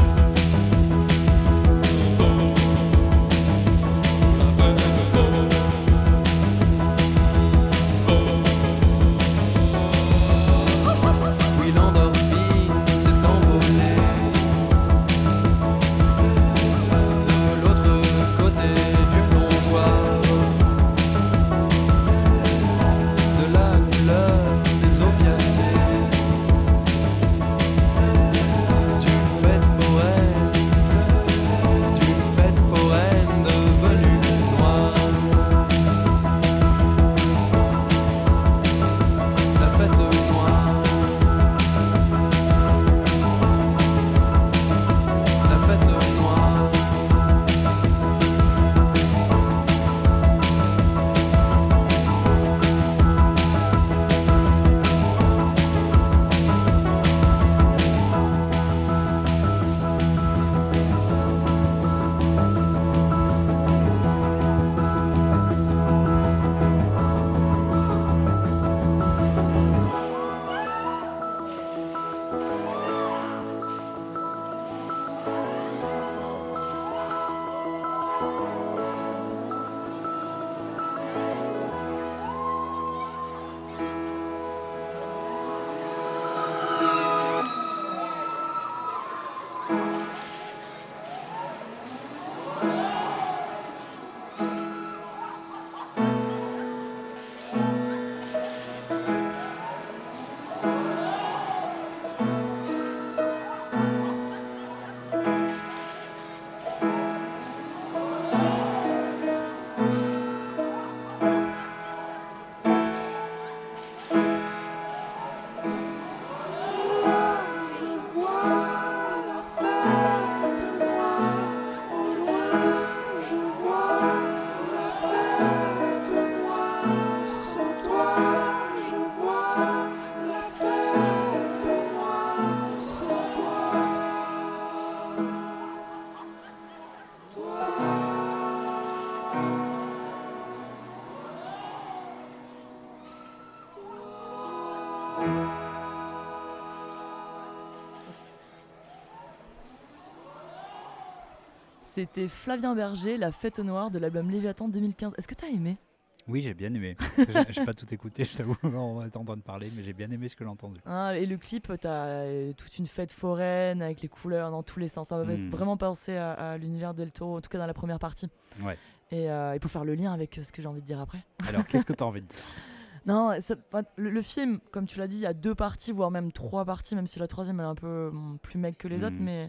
C'était Flavien Berger, La Fête Noire de l'album Léviathan 2015. Est-ce que t'as aimé ? Oui, j'ai bien aimé. J'ai pas tout écouté, je t'avoue, on est en train de parler, mais j'ai bien aimé ce que j'ai entendu. Et le clip, t'as toute une fête foraine avec les couleurs dans tous les sens. Ça m'a fait vraiment penser à l'univers de Del Toro, en tout cas dans la première partie. Ouais. Et pour faire le lien avec ce que j'ai envie de dire après. Alors, qu'est-ce que t'as envie de dire ? Non, le film, comme tu l'as dit, il y a 2 parties, voire même 3 parties, même si la troisième elle est un peu plus mec que les autres, mais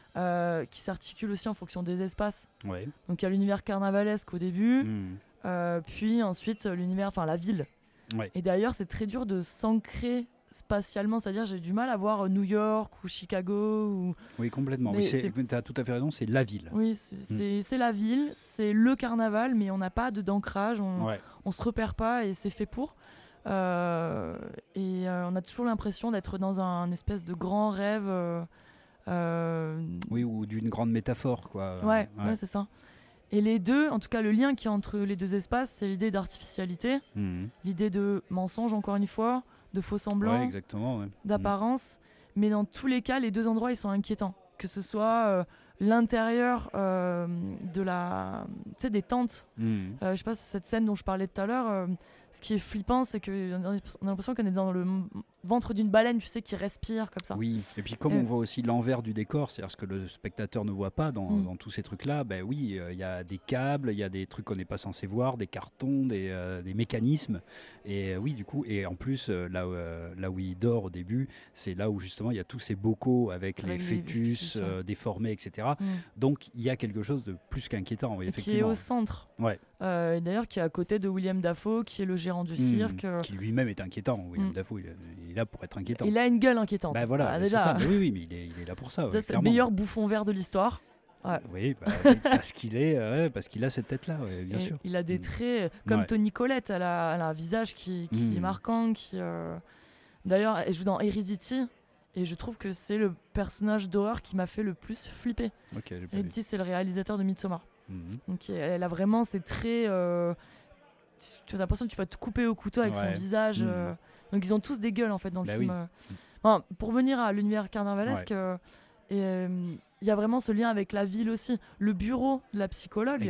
qui s'articule aussi en fonction des espaces. Ouais. Donc il y a l'univers carnavalesque au début, puis ensuite l'univers, enfin la ville. Ouais. Et d'ailleurs, c'est très dur de s'ancrer spatialement, c'est-à-dire j'ai du mal à voir New York ou Chicago. Oui, complètement. Mais tu as tout à fait raison, c'est la ville. Oui, c'est la ville, c'est le carnaval, mais on n'a pas d'ancrage, on se repère pas et c'est fait pour. On a toujours l'impression d'être dans un espèce de grand rêve. Oui, ou d'une grande métaphore, quoi. Ouais, c'est ça. Et les deux, en tout cas le lien qu'il y a entre les 2 espaces, c'est l'idée d'artificialité, l'idée de mensonge encore une fois, de faux semblants, exactement, d'apparence. Mais dans tous les cas, les 2 endroits ils sont inquiétants. Que ce soit l'intérieur des tentes. Je sais pas, cette scène dont je parlais tout à l'heure, ce qui est flippant, c'est qu'on a l'impression qu'on est dans le ventre d'une baleine, tu sais, qui respire comme ça. Oui, et puis comme on voit aussi l'envers du décor, c'est-à-dire ce que le spectateur ne voit pas dans tous ces trucs-là, il y a des câbles, il y a des trucs qu'on n'est pas censé voir, des cartons, des mécanismes. Et oui, du coup, et en plus, là où il dort au début, c'est là où justement il y a tous ces bocaux avec les fœtus déformés, etc. Donc il y a quelque chose de plus qu'inquiétant, oui, effectivement. Qui est au centre. Ouais. D'ailleurs, qui est à côté de William Dafoe, qui est le gérant du cirque. Qui lui-même est inquiétant. William Dafoe, il est là pour être inquiétant. Il a une gueule inquiétante. Voilà, déjà. C'est ça. Mais oui, mais il est là pour ça. Ça, c'est le meilleur bouffon vert de l'histoire. Ouais. Oui, parce qu'il a cette tête-là, bien sûr. Il a des traits comme Toni Collette. Elle a un visage qui est marquant. D'ailleurs, elle joue dans Heredity. Et je trouve que c'est le personnage d'horreur qui m'a fait le plus flipper. Ok, j'ai pas Et vu. c'est le réalisateur de Midsommar. Mhm. Donc elle a vraiment ces traits. Tu as l'impression que tu vas te couper au couteau avec son visage. Donc ils ont tous des gueules en fait dans le film. Oui. Bon, pour venir à l'univers carnavalesque, il y a vraiment ce lien avec la ville aussi. Le bureau de la psychologue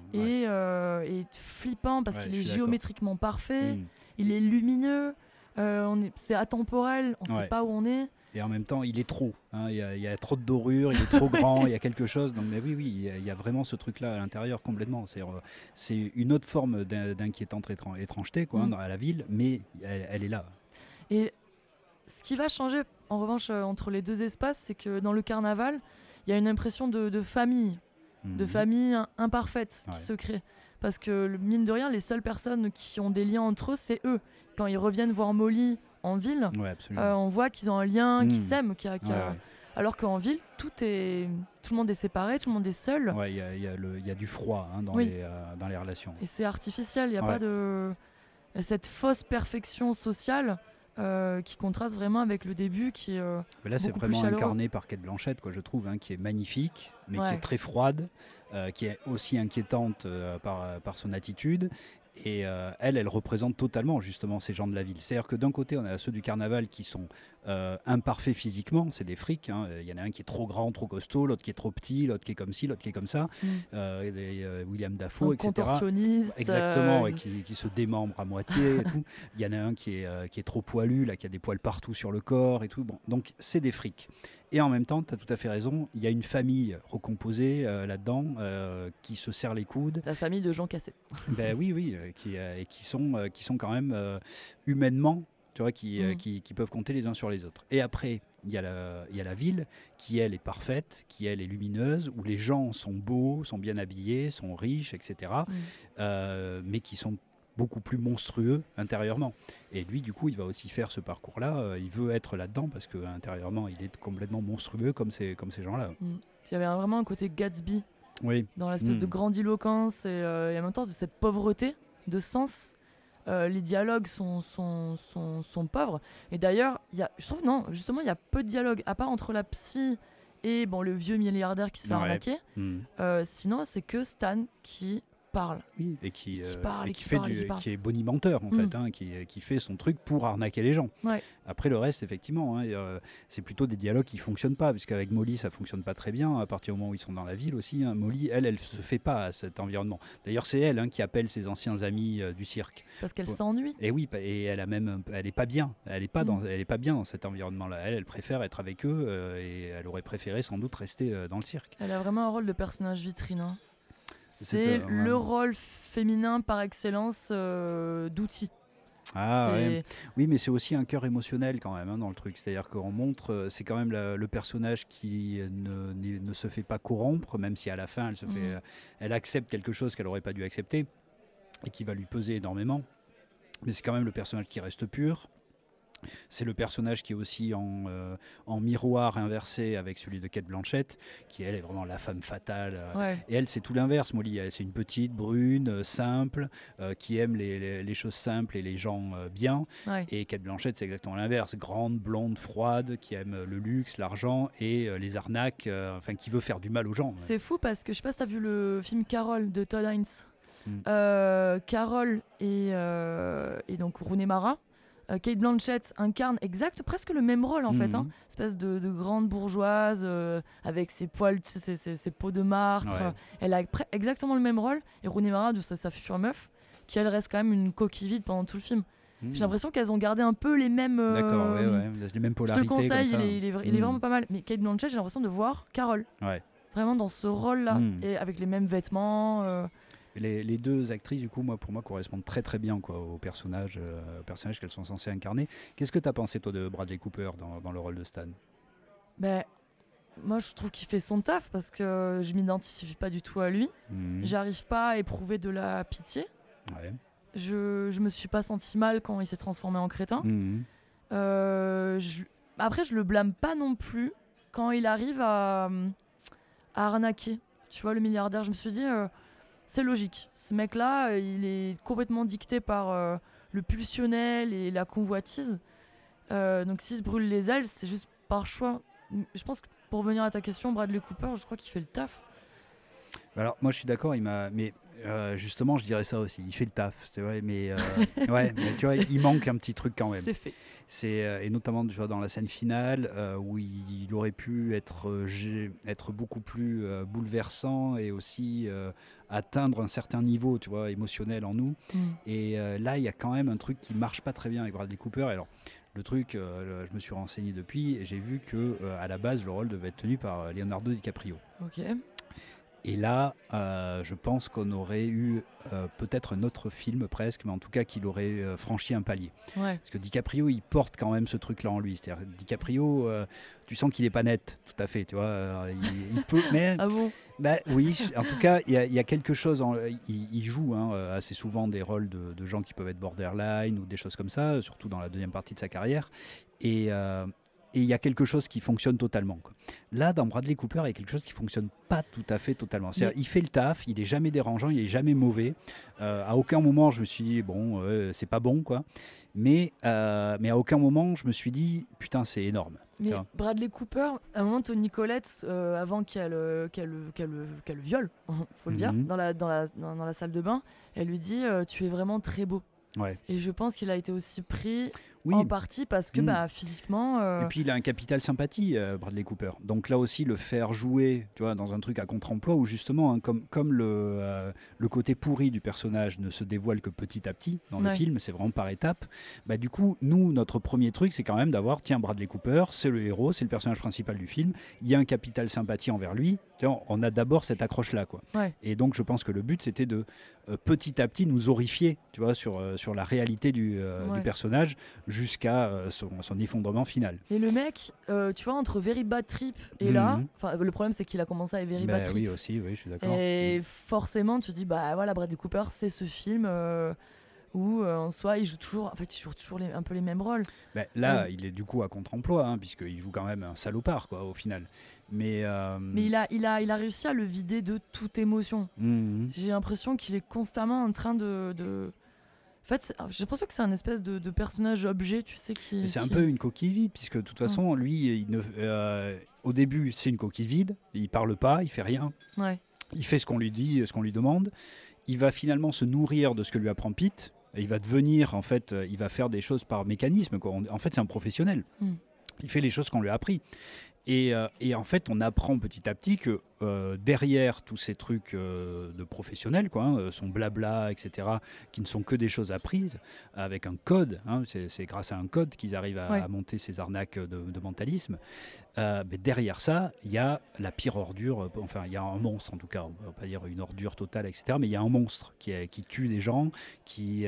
est flippant parce qu'il est géométriquement parfait, il est lumineux, c'est atemporel, on ne sait pas où on est. Et en même temps, il est trop. Hein, il y a trop de dorures, il est trop grand, il y a quelque chose. Donc, mais oui, il y a vraiment ce truc-là à l'intérieur complètement. C'est une autre forme d'inquiétante étrangeté quoi, à la ville, mais elle est là. Et ce qui va changer, en revanche, entre les deux espaces, c'est que dans le carnaval, il y a une impression de famille, de famille imparfaite qui se crée. Parce que, mine de rien, les seules personnes qui ont des liens entre eux, c'est eux. Quand ils reviennent voir Molly en ville, on voit qu'ils ont un lien, qu'ils s'aiment. Alors qu'en ville, tout le monde est séparé, tout le monde est seul. Il y a du froid dans les relations. Et c'est artificiel, il n'y a pas de... cette fausse perfection sociale qui contraste vraiment avec le début qui est là, c'est vraiment incarné par Cate Blanchett, je trouve, qui est magnifique, mais qui est très froide, qui est aussi inquiétante par son attitude. Et elle représente totalement justement ces gens de la ville. C'est-à-dire que d'un côté, on a ceux du carnaval qui sont imparfaits physiquement, c'est des frics. Il y en a un qui est trop grand, trop costaud, l'autre qui est trop petit, l'autre qui est comme ci, l'autre qui est comme ça. William Dafoe, etc. Contorsionniste. Exactement, et qui se démembre à moitié et tout. Il y en a un qui est trop poilu, là, qui a des poils partout sur le corps et tout. Bon, donc c'est des frics. Et en même temps, tu as tout à fait raison, il y a une famille recomposée là-dedans qui se serre les coudes. La famille de Jean Cassé. Oui, qui sont quand même humainement, tu vois, qui peuvent compter les uns sur les autres. Et après, il y a la ville qui, elle, est parfaite, qui, elle, est lumineuse, où les gens sont beaux, sont bien habillés, sont riches, etc. Mais qui sont beaucoup plus monstrueux intérieurement. Et lui, du coup, il va aussi faire ce parcours-là. Il veut être là-dedans parce qu'intérieurement, il est complètement monstrueux comme ces gens-là. Il y avait vraiment un côté Gatsby dans l'espèce de grandiloquence et en même temps de cette pauvreté de sens. Les dialogues sont pauvres. Et d'ailleurs, je trouve, justement, il y a peu de dialogues, à part entre la psy et le vieux milliardaire qui se fait arnaquer. Sinon, c'est que Stan qui parle. Oui, et qui est bonimenteur en fait, qui fait son truc pour arnaquer les gens. Après le reste, effectivement, c'est plutôt des dialogues qui fonctionnent pas, puisqu'avec Molly ça fonctionne pas très bien à partir du moment où ils sont dans la ville aussi. Molly, elle se fait pas à cet environnement. D'ailleurs, c'est elle qui appelle ses anciens amis du cirque. Parce qu'elle s'ennuie. Et oui, et elle est pas bien. Elle est pas bien dans cet environnement-là. Elle préfère être avec eux et elle aurait préféré sans doute rester dans le cirque. Elle a vraiment un rôle de personnage vitrine. C'est le rôle féminin par excellence d'outil. Oui, mais c'est aussi un cœur émotionnel quand même dans le truc. C'est-à-dire qu'on montre, c'est quand même le personnage qui ne se fait pas corrompre, même si à la fin elle accepte quelque chose qu'elle n'aurait pas dû accepter et qui va lui peser énormément. Mais c'est quand même le personnage qui reste pur. C'est le personnage qui est aussi en miroir inversé avec celui de Cate Blanchett, qui elle est vraiment la femme fatale. Et elle, c'est tout l'inverse. Molly, c'est une petite, brune, simple, qui aime les choses simples et les gens bien. Et Cate Blanchett, c'est exactement l'inverse. Grande, blonde, froide, qui aime le luxe, l'argent et les arnaques, qui veut faire du mal aux gens. C'est fou parce que je sais pas si tu as vu le film Carol de Todd Haynes. Carol et donc Rooney Mara. Cate Blanchett incarne presque le même rôle en fait, espèce de grande bourgeoise avec ses poils, ses peaux de martre. Elle a exactement le même rôle. Et Rooney Mara, de sa future meuf, qui elle reste quand même une coquille vide pendant tout le film. J'ai l'impression qu'elles ont gardé un peu les mêmes. D'accord, les mêmes polarités. Je te le conseille, comme ça. il est vraiment pas mal. Mais Cate Blanchett, j'ai l'impression de voir Carol. Vraiment dans ce rôle-là, et avec les mêmes vêtements. Les deux actrices, du coup, pour moi, correspondent très très bien au personnage qu'elles sont censées incarner. Qu'est-ce que tu as pensé, toi, de Bradley Cooper dans le rôle de Stan ? Moi, je trouve qu'il fait son taf parce que je m'identifie pas du tout à lui. J'arrive pas à éprouver de la pitié. Je me suis pas senti mal quand il s'est transformé en crétin. Après, je le blâme pas non plus quand il arrive à arnaquer. Tu vois, le milliardaire, je me suis dit... c'est logique. Ce mec-là, il est complètement dicté par le pulsionnel et la convoitise. Donc s'il se brûle les ailes, c'est juste par choix. Je pense que pour revenir à ta question, Bradley Cooper, je crois qu'il fait le taf. Alors moi je suis d'accord, mais justement je dirais ça aussi, il fait le taf, c'est vrai, mais ouais, mais tu vois, il manque un petit truc quand même. C'est fait. Et notamment tu vois, dans la scène finale où il aurait pu être beaucoup plus bouleversant et aussi atteindre un certain niveau, tu vois, émotionnel en nous. Et là il y a quand même un truc qui marche pas très bien avec Bradley Cooper. Alors le truc, je me suis renseigné depuis et j'ai vu que à la base le rôle devait être tenu par Leonardo DiCaprio. Ok. Et là, je pense qu'on aurait eu peut-être un autre film presque, mais en tout cas qu'il aurait franchi un palier. Ouais. Parce que DiCaprio, il porte quand même ce truc-là en lui. C'est-à-dire DiCaprio, tu sens qu'il n'est pas net, tout à fait, tu vois. Il peut, mais Ah bon? Bah, oui, en tout cas, il y a quelque chose. Il joue assez souvent des rôles de gens qui peuvent être borderline ou des choses comme ça, surtout dans la deuxième partie de sa carrière. Et il y a quelque chose qui fonctionne totalement, quoi. Là, dans Bradley Cooper, il y a quelque chose qui ne fonctionne pas tout à fait totalement. C'est-à-dire, il fait le taf, il n'est jamais dérangeant, il n'est jamais mauvais. À aucun moment, je me suis dit, bon, c'est pas bon, quoi. Mais à aucun moment, je me suis dit, putain, c'est énorme. Mais Bradley Cooper, à un moment, Toni Collette, avant qu'elle le viole, faut le dire, dans la salle de bain, elle lui dit tu es vraiment très beau. Ouais. Et je pense qu'il a été aussi pris en partie parce que physiquement... Et puis il a un capital sympathie, Bradley Cooper. Donc là aussi, le faire jouer, tu vois, dans un truc à contre-emploi où justement, comme le côté pourri du personnage ne se dévoile que petit à petit dans le film, c'est vraiment par étapes. Bah, du coup, nous, notre premier truc, c'est quand même d'avoir, tiens, Bradley Cooper, c'est le héros, c'est le personnage principal du film, il y a un capital sympathie envers lui. On a d'abord cette accroche-là, quoi. Ouais. Et donc, je pense que le but, c'était de petit à petit nous horrifier, tu vois, sur la réalité du personnage jusqu'à son effondrement final. Et le mec, tu vois, entre Very Bad Trip et là, le problème, c'est qu'il a commencé avec Very Bad Trip. Oui, aussi, oui, je suis d'accord. Et forcément, tu te dis, bah voilà, Bradley Cooper, c'est ce film où en soi, il joue toujours un peu les mêmes rôles. Là, il est du coup à contre-emploi, puisqu'il joue quand même un salopard, quoi, au final. Mais il a réussi à le vider de toute émotion. J'ai l'impression qu'il est constamment en train de... En fait, j'ai l'impression que c'est un espèce de personnage objet, tu sais, c'est un peu une coquille vide, puisque de toute façon, lui, au début, c'est une coquille vide. Il parle pas, il fait rien. Ouais. Il fait ce qu'on lui dit, ce qu'on lui demande. Il va finalement se nourrir de ce que lui apprend Pete. Et il va devenir, en fait, il va faire des choses par mécanisme, quoi. En fait, c'est un professionnel. Il fait les choses qu'on lui a appris. Et en fait, on apprend petit à petit que derrière tous ces trucs de professionnels, quoi, son blabla, etc., qui ne sont que des choses apprises, avec un code, c'est grâce à un code qu'ils arrivent à monter ces arnaques de mentalisme. Mais derrière ça, il y a la pire ordure, enfin, il y a un monstre en tout cas, on ne va pas dire une ordure totale, etc., mais il y a un monstre qui tue des gens, et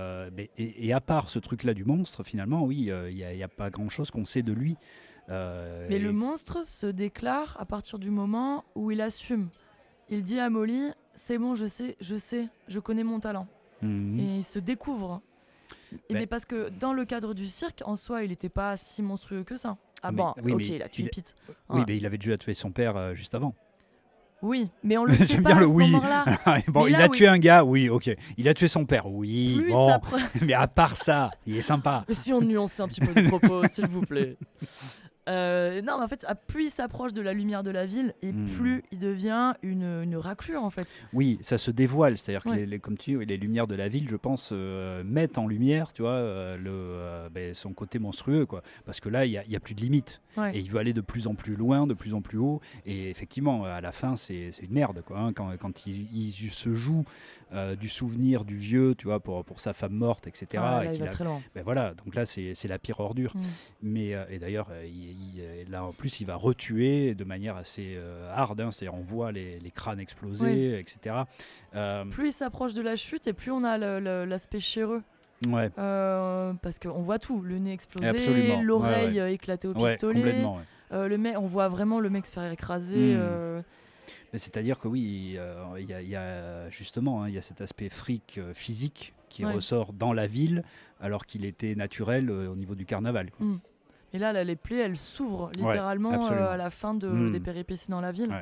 à part ce truc-là du monstre, finalement, oui, il n'y a pas grand-chose qu'on sait de lui. Mais le monstre se déclare à partir du moment où il assume. Il dit à Molly, c'est bon, je sais, je connais mon talent. Et il se découvre. Mais parce que dans le cadre du cirque, en soi, il n'était pas si monstrueux que ça. Il a tué Pete. Oui, mais il avait déjà tué son père juste avant. Oui, mais on le sait pas à ce moment-là. Il a tué un gars, oui, ok. Il a tué son père, oui, bon. Mais à part ça, il est sympa. Si on nuance un petit peu le propos, s'il vous plaît. Non, mais en fait, plus il s'approche de la lumière de la ville, et plus il devient une raclure, en fait. Oui, ça se dévoile, c'est-à-dire que comme tu dis, les lumières de la ville, je pense, mettent en lumière, tu vois, son côté monstrueux, quoi. Parce que là, il y a plus de limite, et il veut aller de plus en plus loin, de plus en plus haut, et effectivement, à la fin, c'est une merde, quoi, quand il se joue du souvenir du vieux, tu vois, pour sa femme morte, etc. Là, il va très loin. Voilà, donc là, c'est la pire ordure. Mais et d'ailleurs, là en plus, il va retuer de manière assez hard, c'est-à-dire on voit les crânes exploser, etc. Plus il s'approche de la chute, et plus on a l'aspect chéreux. Ouais. Parce qu'on voit tout, le nez exploser, l'oreille éclater au pistolet. Complètement. On voit vraiment le mec se faire écraser. Mais c'est-à-dire que oui, il y a justement, il y a cet aspect fric physique qui ressort dans la ville, alors qu'il était naturel au niveau du carnaval, quoi. Et là, les plaies, elles s'ouvrent littéralement à la fin des péripéties dans la ville.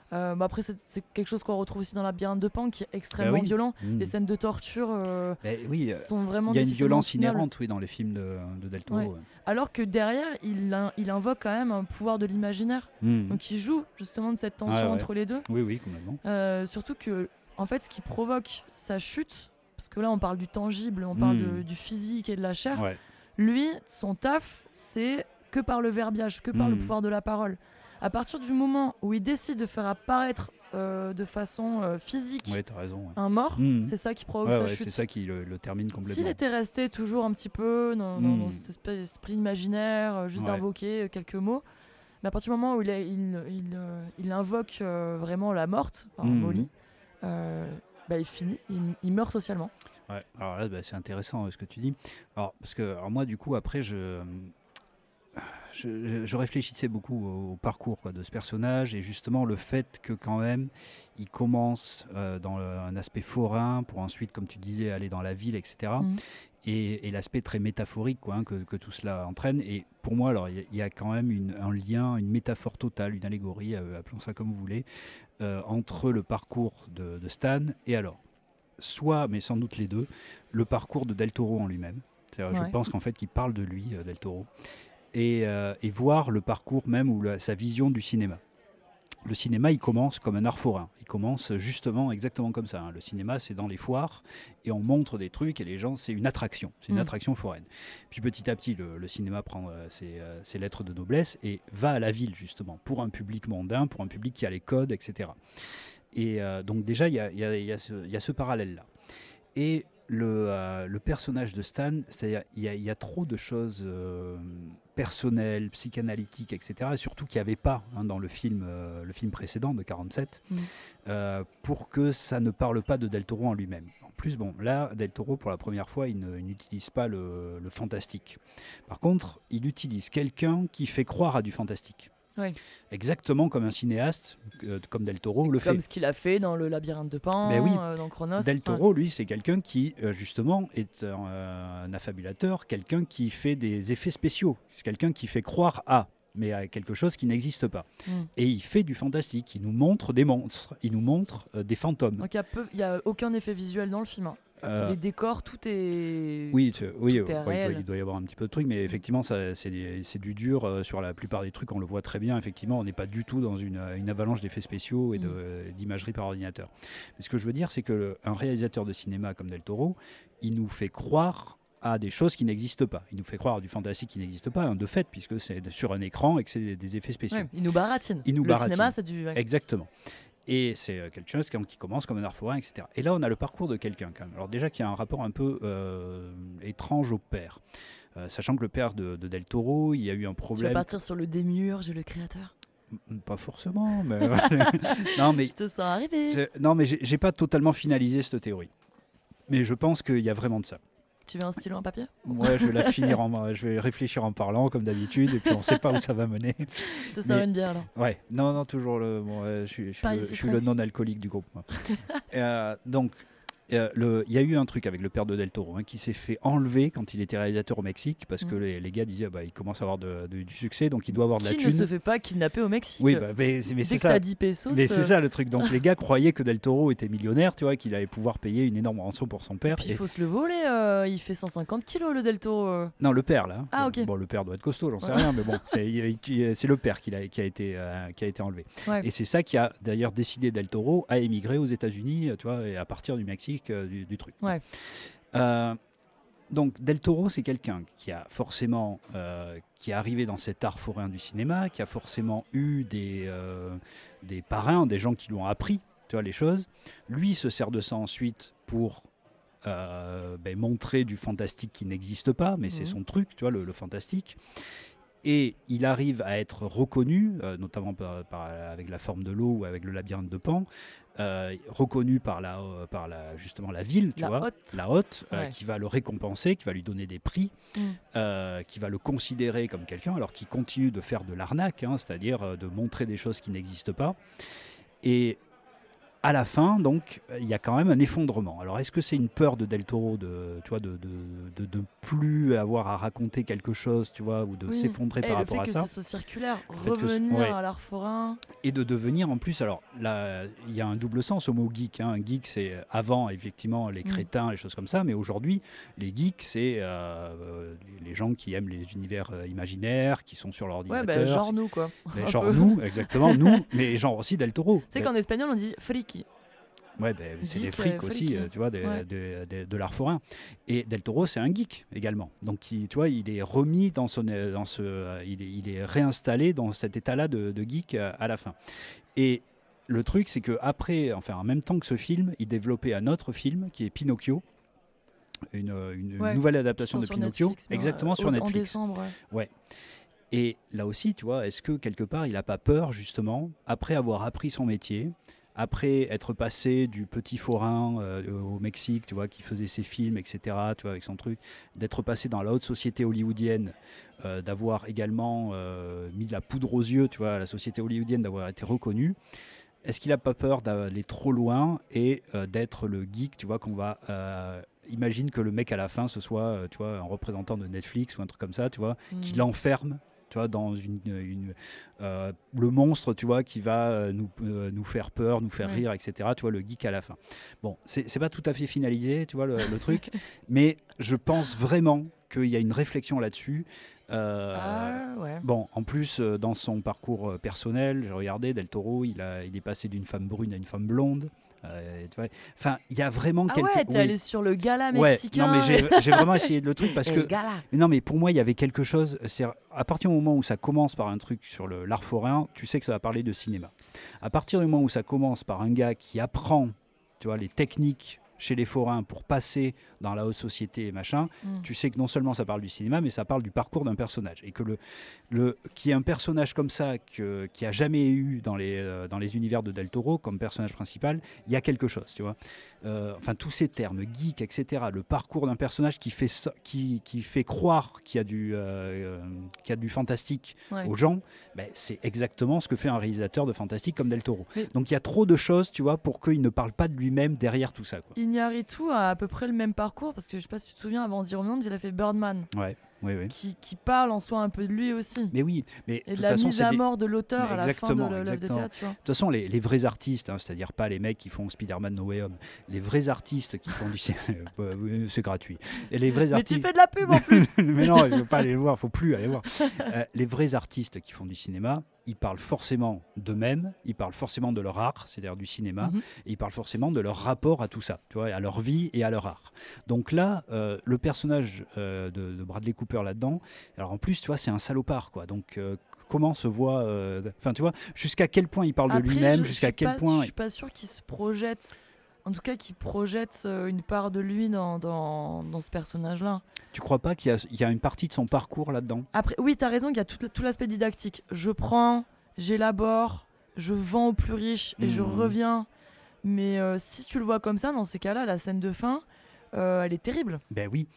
Après, c'est quelque chose qu'on retrouve aussi dans Labyrinthe de Pan, qui est extrêmement violent. Les scènes de torture sont vraiment difficilement. Il y a une violence inhérente dans les films de Del Toro. Ouais. Alors que derrière, il invoque quand même un pouvoir de l'imaginaire. Donc il joue justement de cette tension entre les deux. Oui, complètement. Surtout que, en fait, ce qui provoque sa chute, parce que là on parle du tangible, on parle du physique et de la chair. Ouais. Lui, son taf, c'est que par le verbiage, que par le pouvoir de la parole. À partir du moment où il décide de faire apparaître de façon physique un mort, c'est ça qui provoque sa chute. C'est ça qui le termine complètement. S'il était resté toujours un petit peu dans cet esprit imaginaire, juste d'invoquer quelques mots, mais à partir du moment où il invoque vraiment la morte, Molly, il finit, il meurt socialement. Ouais, alors là, c'est intéressant ce que tu dis. Alors, parce que moi, du coup, après, je réfléchissais beaucoup au parcours de ce personnage et justement le fait que quand même il commence dans un aspect forain pour ensuite, comme tu disais, aller dans la ville, etc. Et l'aspect très métaphorique que tout cela entraîne. Et pour moi, alors il y a quand même un lien, une métaphore totale, une allégorie, appelons ça comme vous voulez, entre le parcours de Stan et alors, soit, mais sans doute les deux, le parcours de Del Toro en lui-même. Je pense qu'en fait qu'il parle de lui, Del Toro. Et voir le parcours même ou sa vision du cinéma. Le cinéma, il commence comme un art forain. Il commence justement exactement comme ça. Le cinéma, c'est dans les foires et on montre des trucs et les gens, c'est une attraction. C'est une attraction foraine. Puis petit à petit, le cinéma prend ses lettres de noblesse et va à la ville justement pour un public mondain, pour un public qui a les codes, etc. Et donc déjà, il y a ce parallèle-là. Et le personnage de Stan, c'est-à-dire il y a trop de choses personnelles, psychanalytiques, etc. Et surtout qu'il n'y avait pas dans le film précédent de 47, pour que ça ne parle pas de Del Toro en lui-même. En plus, là, Del Toro, pour la première fois, il n'utilise pas le fantastique. Par contre, il utilise quelqu'un qui fait croire à du fantastique. Oui. Exactement comme un cinéaste, comme Del Toro le fait. Comme ce qu'il a fait dans le Labyrinthe de Pan, dans Chronos. Del Toro, lui, c'est quelqu'un qui, justement, est un affabulateur, quelqu'un qui fait des effets spéciaux. C'est quelqu'un qui fait croire mais à quelque chose qui n'existe pas. Et il fait du fantastique. Il nous montre des monstres, il nous montre des fantômes. Donc il n'y a aucun effet visuel dans le film. Les décors, tout est. Oui, il doit y avoir un petit peu de trucs, mais effectivement, c'est du dur sur la plupart des trucs. On le voit très bien. Effectivement, on n'est pas du tout dans une avalanche d'effets spéciaux et d'imagerie par ordinateur. Mais ce que je veux dire, c'est qu'un réalisateur de cinéma comme Del Toro, il nous fait croire à des choses qui n'existent pas. Il nous fait croire à du fantastique qui n'existe pas, de fait, puisque c'est sur un écran et que c'est des effets spéciaux. Il nous baratine. Cinéma, c'est du. Exactement. Et c'est quelque chose qui commence comme un art forain, etc. Et là, on a le parcours de quelqu'un, quand même. Alors déjà, qui a un rapport un peu étrange au père. Sachant que le père de Del Toro, il y a eu un problème... Tu vas partir sur le démiurge, le créateur ? Pas forcément, mais... non, mais... Je te sens arriver. Non, mais j'ai pas totalement finalisé cette théorie. Mais je pense qu'il y a vraiment de ça. Tu veux un stylo, un papier ? Ouais, je vais la finir je vais réfléchir en parlant comme d'habitude et puis on ne sait pas où ça va mener. Je te sers une bière là. Ouais, non, toujours je suis le non-alcoolique du groupe. Donc, il y a eu un truc avec le père de Del Toro qui s'est fait enlever quand il était réalisateur au Mexique parce que les gars disaient il commence à avoir du succès donc il doit avoir de la thune. Qui ne se fait pas kidnapper au Mexique. Oui, mais c'est ça. Dès que t'as 10 pesos. Mais c'est ça le truc. Donc les gars croyaient que Del Toro était millionnaire, tu vois, qu'il allait pouvoir payer une énorme rançon pour son père. Et puis il faut se le voler. Il fait 150 kilos le Del Toro. Non, le père là. Ah ok. Bon, le père doit être costaud, j'en sais rien, mais bon, c'est le père qui a été enlevé. Ouais. Et c'est ça qui a d'ailleurs décidé Del Toro à émigrer aux États-Unis, tu vois, et à partir du Mexique, du truc. Ouais. Donc Del Toro, c'est quelqu'un qui a forcément qui est arrivé dans cet art forain du cinéma, qui a forcément eu des parrains, des gens qui lui ont appris, tu vois, les choses. Lui se sert de ça ensuite pour montrer du fantastique qui n'existe pas, mais c'est son truc, tu vois, le fantastique. Et il arrive à être reconnu, notamment avec la forme de l'eau ou avec le labyrinthe de Pan, reconnu par justement la ville, la haute, qui va le récompenser, qui va lui donner des prix, qui va le considérer comme quelqu'un, alors qu'il continue de faire de l'arnaque, c'est-à-dire de montrer des choses qui n'existent pas. Et à la fin, donc, il y a quand même un effondrement. Alors, est-ce que c'est une peur de Del Toro de plus avoir à raconter quelque chose, tu vois, ou de s'effondrer par rapport à ça? Le fait que ce soit circulaire, revenir à l'art forain. Et de devenir, en plus, alors là, il y a un double sens au mot geek. Un geek, c'est avant, effectivement, les crétins, les choses comme ça, mais aujourd'hui, les geeks, c'est les gens qui aiment les univers imaginaires, qui sont sur l'ordinateur. Ouais, genre nous, quoi. Genre nous, exactement, nous, mais genre aussi Del Toro. Tu sais qu'en espagnol, on dit friki. Ouais, c'est des frics aussi, tu vois, de l'art forain. Et Del Toro, c'est un geek également. Donc, tu vois, il est remis il est réinstallé dans cet état-là de geek à la fin. Et le truc, c'est qu'après, enfin, en même temps que ce film, il développait un autre film qui est Pinocchio. Une nouvelle adaptation de Pinocchio, Netflix, exactement sur Netflix. En décembre. Ouais. Et là aussi, tu vois, est-ce que quelque part, il n'a pas peur, justement, après avoir appris son métier, après être passé du petit forain au Mexique, tu vois, qui faisait ses films, etc., tu vois, avec son truc, d'être passé dans la haute société hollywoodienne, d'avoir également mis de la poudre aux yeux, tu vois, à la société hollywoodienne, d'avoir été reconnu. Est-ce qu'il n'a pas peur d'aller trop loin et d'être le geek, tu vois, qu'on va... imagine que le mec à la fin, ce soit, tu vois, un représentant de Netflix ou un truc comme ça, tu vois, qui l'enferme, tu vois, dans le monstre, tu vois, qui va nous faire peur, nous faire rire, etc. Tu vois, le geek à la fin. Bon, c'est pas tout à fait finalisé, tu vois, le truc, mais je pense vraiment qu'il y a une réflexion là-dessus. Bon, en plus, dans son parcours personnel, j'ai regardé, Del Toro, il est passé d'une femme brune à une femme blonde. Tu vois, enfin, il y a vraiment quelques... Ah ouais, t'es allé sur le gala mexicain. Non, mais j'ai vraiment essayé de le truc parce que... Non, mais pour moi, il y avait quelque chose... À partir du moment où ça commence par un truc sur l'art forain, tu sais que ça va parler de cinéma. À partir du moment où ça commence par un gars qui apprend, tu vois, les techniques chez les forains pour passer dans la haute société et machin, tu sais que non seulement ça parle du cinéma, mais ça parle du parcours d'un personnage. Et que qu'il y ait un personnage comme ça qui a jamais eu dans les univers de Del Toro comme personnage principal, il y a quelque chose, tu vois. Enfin, tous ces termes, geek, etc., le parcours d'un personnage qui fait croire qu'il y a du fantastique aux gens, ben, c'est exactement ce que fait un réalisateur de fantastique comme Del Toro. Mais donc il y a trop de choses, tu vois, pour qu'il ne parle pas de lui-même derrière tout ça, quoi. Iñárritu a à peu près le même parcours, parce que je sais pas si tu te souviens, avant Zero Mond, il a fait Birdman. Ouais. Oui. Qui parle en soi un peu de lui aussi. Mais oui, mais et de la mise à mort de l'auteur à la fin de l'œuvre de théâtre. Tu vois. De toute façon, les vrais artistes, c'est-à-dire pas les mecs qui font Spider-Man No Way Home, les vrais artistes qui font du cinéma, c'est gratuit. Et les vrais artistes... Mais tu fais de la pub en plus. Mais non, il ne faut pas aller le voir, il ne faut plus aller voir. Les vrais artistes qui font du cinéma, ils parlent forcément d'eux-mêmes, ils parlent forcément de leur art, c'est-à-dire du cinéma, et ils parlent forcément de leur rapport à tout ça, tu vois, à leur vie et à leur art. Donc là, le personnage de Bradley Cooper là-dedans, alors en plus, tu vois, c'est un salopard, quoi. Donc comment se voit, enfin, tu vois, jusqu'à quel point il parle de lui-même, jusqu'à quel point... Je suis pas sûr qu'il se projette... En tout cas, qui projette une part de lui dans ce personnage-là. Tu crois pas qu'il y a une partie de son parcours là-dedans ? Après, oui, tu as raison, il y a tout l'aspect didactique. Je prends, j'élabore, je vends aux plus riches et je reviens. Mais si tu le vois comme ça, dans ces cas-là, la scène de fin, elle est terrible. Ben oui,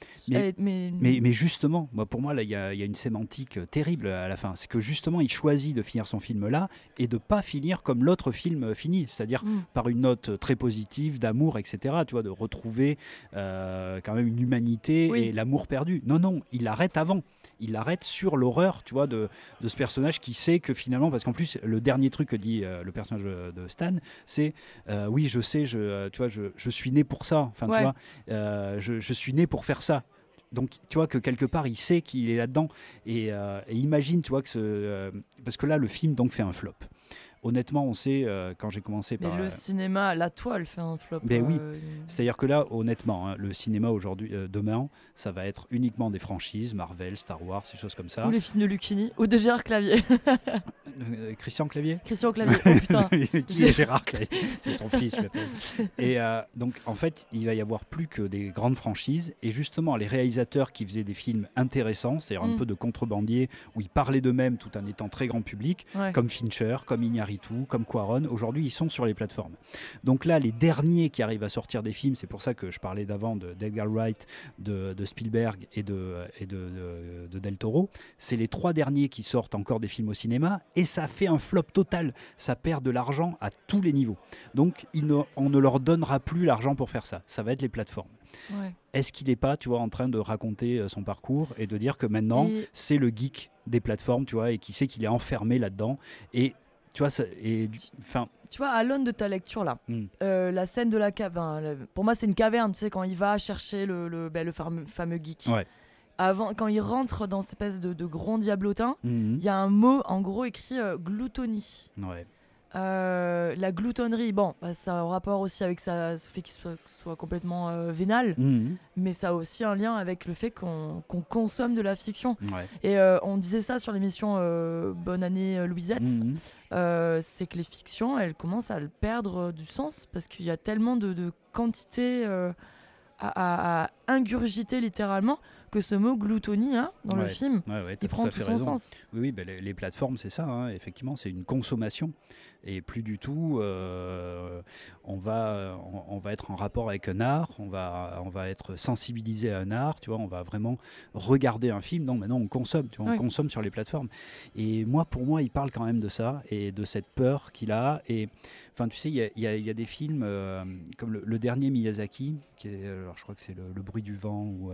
mais justement, pour moi, là, il y a une sémantique terrible à la fin. C'est que justement, il choisit de finir son film là et de pas finir comme l'autre film finit, c'est-à-dire par une note très positive, d'amour, etc. Tu vois, de retrouver quand même une humanité et l'amour perdu. Non, il l'arrête avant. Il l'arrête sur l'horreur, tu vois, de ce personnage qui sait que finalement, parce qu'en plus, le dernier truc que dit le personnage de Stan, c'est oui, je sais, tu vois, je suis né pour ça. Enfin, tu vois. Je suis né pour faire ça. Donc, tu vois que quelque part, il sait qu'il est là-dedans. Et imagine, tu vois, parce que là, le film donc fait un flop. Honnêtement, on sait, quand j'ai commencé par... Mais le cinéma, la toile fait un flop. Ben oui, c'est-à-dire que là, honnêtement, le cinéma aujourd'hui, demain, ça va être uniquement des franchises, Marvel, Star Wars, ces choses comme ça. Ou les films de Lucchini, ou de Gérard Clavier. Christian Clavier, oh putain. Qui est Gérard Clavier? C'est son fils. Et donc, en fait, il va y avoir plus que des grandes franchises. Et justement, les réalisateurs qui faisaient des films intéressants, c'est-à-dire un peu de contrebandiers, où ils parlaient d'eux-mêmes tout en étant très grand public, comme Fincher, comme Iñárritu, Iñárritu, comme Cuarón, aujourd'hui ils sont sur les plateformes. Donc là, les derniers qui arrivent à sortir des films, c'est pour ça que je parlais d'avant d'Edgar Wright, de Spielberg et de Del Toro, c'est les 3 derniers qui sortent encore des films au cinéma, et ça fait un flop total, ça perd de l'argent à tous les niveaux. Donc on ne leur donnera plus l'argent pour faire ça, ça va être les plateformes. Ouais. Est-ce qu'il n'est pas, tu vois, en train de raconter son parcours et de dire que maintenant c'est le geek des plateformes, tu vois, et qui sait qu'il est enfermé là-dedans, et tu vois, tu vois, à l'aune de ta lecture là, la scène de la caverne, pour moi c'est une caverne, tu sais, quand il va chercher le fameux geek. Ouais. Avant, quand il rentre dans cette espèce de grand diablotin, il y a un mot en gros écrit gloutonie. Ouais. La gloutonnerie, ça a un rapport aussi avec ce fait qu'il soit complètement vénal, mais ça a aussi un lien avec le fait qu'on consomme de la fiction. Ouais. Et on disait ça sur l'émission Bonne année Louisette, c'est que les fictions, elles commencent à perdre du sens parce qu'il y a tellement de quantité à ingurgiter littéralement que ce mot gloutonie dans le film, il prend tout son sens. Oui, les plateformes, c'est ça, effectivement, c'est une consommation. Et plus du tout, on va être en rapport avec un art, on va être sensibilisé à un art, tu vois, on va vraiment regarder un film. Non, maintenant on consomme, tu vois, on consomme sur les plateformes. Et pour moi, il parle quand même de ça et de cette peur qu'il a. Et enfin, tu sais, il y a des films comme le dernier Miyazaki, qui est, alors, je crois que c'est le bruit du vent ou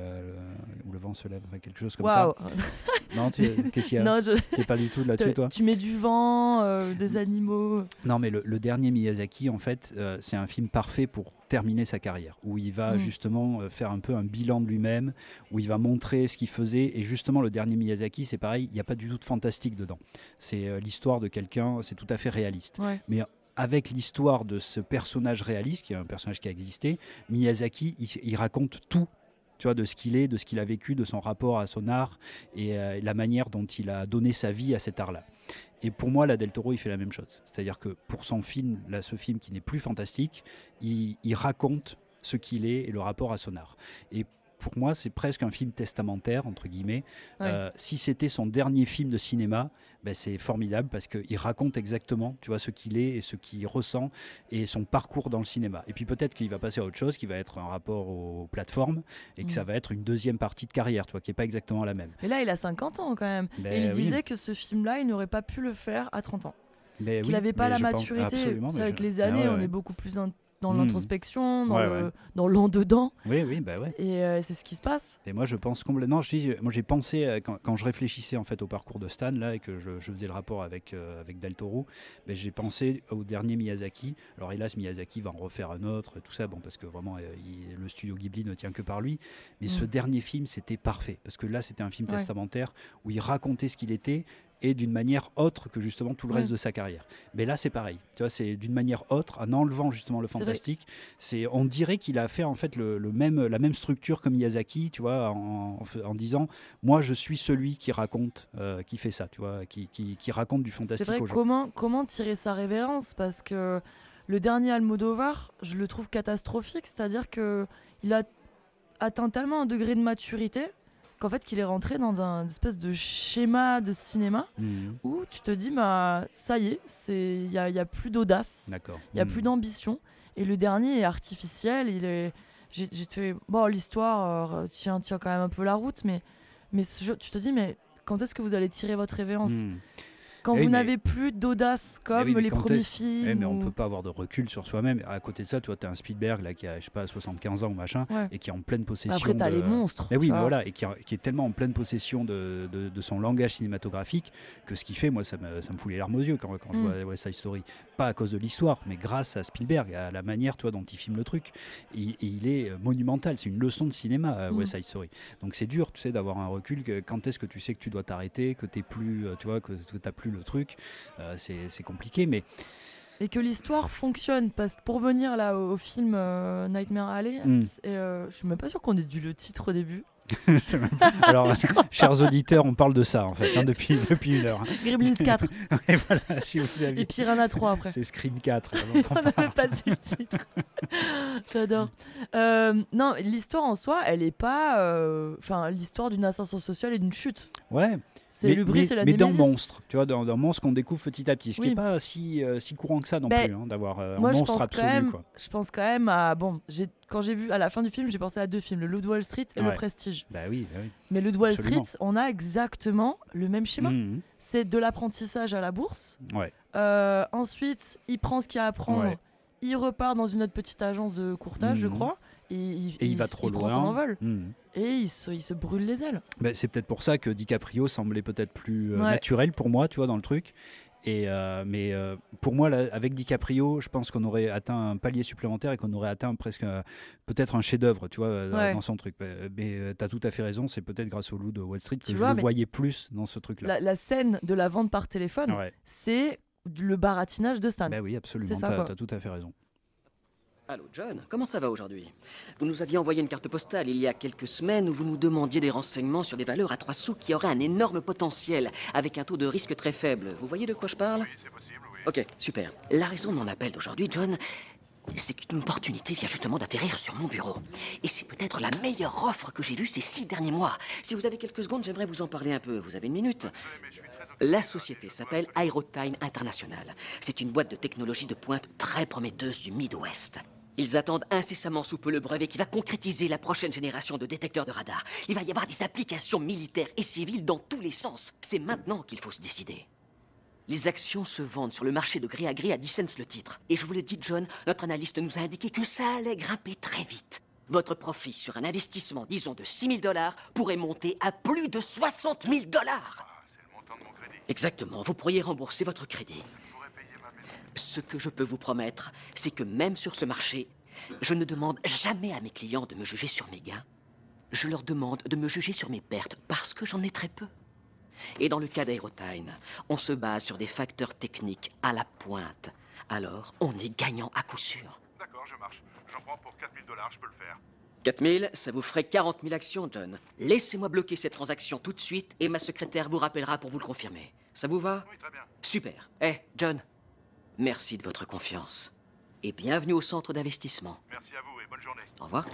le vent se lève, quelque chose comme ça. Non, qu'est-ce qu'il y a? Non, t'es pas du tout là-dessus, toi? Tu mets du vent, des animaux. Non, mais le dernier Miyazaki, en fait, c'est un film parfait pour terminer sa carrière, où il va justement faire un peu un bilan de lui-même, où il va montrer ce qu'il faisait. Et justement, le dernier Miyazaki, c'est pareil, il n'y a pas du tout de fantastique dedans. C'est l'histoire de quelqu'un, c'est tout à fait réaliste. Ouais. Mais avec l'histoire de ce personnage réaliste, qui est un personnage qui a existé, Miyazaki, il raconte tout, tu vois, de ce qu'il est, de ce qu'il a vécu, de son rapport à son art et la manière dont il a donné sa vie à cet art-là. Et pour moi, là, Del Toro, il fait la même chose. C'est-à-dire que pour son film, là, ce film qui n'est plus fantastique, il raconte ce qu'il est et le rapport à son art. Et pour moi, c'est presque un film testamentaire, entre guillemets. Si c'était son dernier film de cinéma, c'est formidable parce qu'il raconte exactement, tu vois, ce qu'il est et ce qu'il ressent et son parcours dans le cinéma. Et puis peut-être qu'il va passer à autre chose, qui va être un rapport aux plateformes et que ça va être une deuxième partie de carrière, tu vois, qui n'est pas exactement la même. Mais là, il a 50 ans quand même. Et il disait que ce film-là, il n'aurait pas pu le faire à 30 ans. Qu'il n'avait pas la maturité. Avec les années, on est beaucoup plus dans l'introspection, dans l'en-dedans. Oui. Et c'est ce qui se passe. Et moi, je pense complètement. Moi, j'ai pensé, quand je réfléchissais en fait au parcours de Stan, là, et que je faisais le rapport avec Del Toro, j'ai pensé au dernier Miyazaki. Alors, hélas, Miyazaki va en refaire un autre, tout ça, parce que vraiment, le studio Ghibli ne tient que par lui. Mais ce dernier film, c'était parfait. Parce que là, c'était un film testamentaire où il racontait ce qu'il était, et d'une manière autre que justement tout le reste de sa carrière. Mais là, c'est pareil. Tu vois, c'est d'une manière autre, en enlevant justement le fantastique. On dirait qu'il a fait en fait la même structure que Miyazaki, tu vois, en disant, moi, je suis celui qui raconte, qui fait ça, tu vois, qui raconte du fantastique. C'est vrai. Comment tirer sa révérence, parce que le dernier Almodovar, je le trouve catastrophique. C'est-à-dire que il a atteint tellement un degré de maturité qu'en fait qu'il est rentré dans une espèce de schéma de cinéma où tu te dis ça y est, il y a plus d'audace, il y a plus d'ambition, et le dernier est artificiel. L'histoire tient quand même un peu la route, mais tu te dis, mais quand est-ce que vous allez tirer votre révérence quand vous n'avez plus d'audace comme les premiers films. Mais on ne peut pas avoir de recul sur soi-même. À côté de ça, tu as un Spielberg là, qui a 75 ans ou machin, et qui est en pleine possession. Après, tu as les monstres. Et voilà, et qui est tellement en pleine possession de son langage cinématographique que ce qu'il fait, moi, ça me fout les larmes aux yeux quand je vois West Side Story. Pas à cause de l'histoire, mais grâce à Spielberg, à la manière dont il filme le truc. Et il est monumental. C'est une leçon de cinéma, West Side Story. Donc c'est dur, tu sais, d'avoir un recul. Quand est-ce que tu sais que tu dois t'arrêter, que tu n'es plus, tu vois, que tu n'as plus le truc, c'est compliqué, mais et que l'histoire fonctionne, parce que pour venir là au film Nightmare Alley, je suis même pas sûr qu'on ait dû le titre au début. Alors, chers auditeurs, on parle de ça en fait depuis 1 heure. Gremlins 4. Et voilà, si vous aviez... Et Piranha 3 après. C'est Scream 4. On n'a même pas de titre. J'adore. Non, l'histoire en soi, elle est pas. Enfin, l'histoire d'une ascension sociale et d'une chute. Ouais. C'est l'hubris et la mais némésis. dans Monstre, tu vois, dans Monstre qu'on découvre petit à petit, ce qui n'est pas si courant que ça non plus, d'avoir un monstre absolu. Quoi. Je pense quand même à... Bon, quand j'ai vu à la fin du film, j'ai pensé à 2 films, Le Loup de Wall Street et Le Prestige. Bah oui. Mais Le Loup de Wall Street, on a exactement le même schéma. Mmh. C'est de l'apprentissage à la bourse. Ouais. Ensuite, il prend ce qu'il a à apprendre. Ouais. Il repart dans une autre petite agence de courtage, je crois. Et il va trop loin. Prend son envol. Et il se brûle les ailes. Ben, c'est peut-être pour ça que DiCaprio semblait peut-être plus naturel pour moi, tu vois, dans le truc. Mais pour moi, là, avec DiCaprio, je pense qu'on aurait atteint un palier supplémentaire et qu'on aurait atteint presque peut-être un chef-d'œuvre, tu vois, dans son truc. Mais tu as tout à fait raison, c'est peut-être grâce au Loup de Wall Street que je le voyais plus dans ce truc-là. La scène de la vente par téléphone, c'est le baratinage de Stan. Ben oui, absolument, tu as tout à fait raison. Allô John, comment ça va aujourd'hui? Vous nous aviez envoyé une carte postale il y a quelques semaines où vous nous demandiez des renseignements sur des valeurs à 3 sous qui auraient un énorme potentiel, avec un taux de risque très faible. Vous voyez de quoi je parle? Oui, c'est possible, oui. Ok, super. La raison de mon appel d'aujourd'hui, John, c'est qu'une opportunité vient justement d'atterrir sur mon bureau. Et c'est peut-être la meilleure offre que j'ai vue ces 6 derniers mois. Si vous avez quelques secondes, j'aimerais vous en parler un peu. Vous avez une minute? La société s'appelle Aerotyne International. C'est une boîte de technologie de pointe très prometteuse du Midwest. Ils attendent incessamment sous peu le brevet qui va concrétiser la prochaine génération de détecteurs de radar. Il va y avoir des applications militaires et civiles dans tous les sens. C'est maintenant qu'il faut se décider. Les actions se vendent sur le marché de gré à gré à 10 cents le titre. Et je vous le dis, John, notre analyste nous a indiqué que ça allait grimper très vite. Votre profit sur un investissement, disons, de $6 000 pourrait monter à plus de $60 000. C'est le montant de mon crédit. Exactement, vous pourriez rembourser votre crédit. Ce que je peux vous promettre, c'est que même sur ce marché, je ne demande jamais à mes clients de me juger sur mes gains. Je leur demande de me juger sur mes pertes, parce que j'en ai très peu. Et dans le cas d'Aerotyne, on se base sur des facteurs techniques à la pointe. Alors, on est gagnant à coup sûr. D'accord, je marche. J'en prends pour $4 000, je peux le faire. 4 000, ça vous ferait 40 000 actions, John. Laissez-moi bloquer cette transaction tout de suite et ma secrétaire vous rappellera pour vous le confirmer. Ça vous va? Oui, très bien. Super. John, merci de votre confiance. Et bienvenue au centre d'investissement. Merci à vous et bonne journée. Au revoir.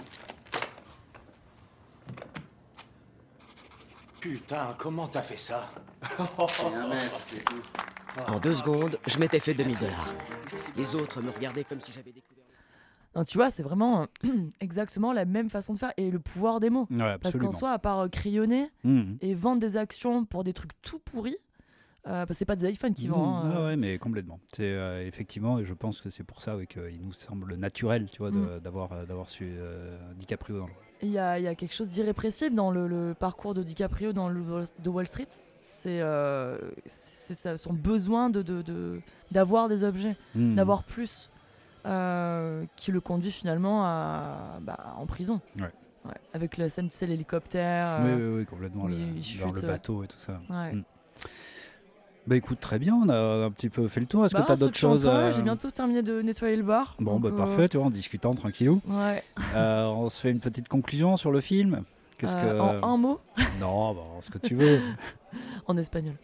Putain, comment t'as fait ça? C'est un maître, c'est tout. En 2 secondes, je m'étais fait $2 000. Les autres me regardaient comme si j'avais découvert... Non, tu vois, c'est vraiment exactement la même façon de faire. Et le pouvoir des mots. Ouais, parce qu'en soi, à part crayonner et vendre des actions pour des trucs tout pourris, parce que c'est pas des iPhones qui vendent. Ouais, mais complètement. C'est effectivement, et je pense que c'est pour ça qu'il nous semble naturel, tu vois, d'avoir su DiCaprio dans le rôle. Il y a quelque chose d'irrépressible dans le parcours de DiCaprio dans de Wall Street. C'est son besoin d'avoir des objets, d'avoir plus, qui le conduit finalement en prison. Ouais, avec la scène, tu sais, l'hélicoptère. Oui, complètement. Dans le bateau et tout ça. Ouais. Bah écoute, très bien, on a un petit peu fait le tour. Est-ce que tu as d'autres choses J'ai bientôt terminé de nettoyer le bar. Bon, donc, parfait, tu vois, en discutant tranquillou. Ouais. On se fait une petite conclusion sur le film. En un mot? Non, ce que tu veux. En espagnol.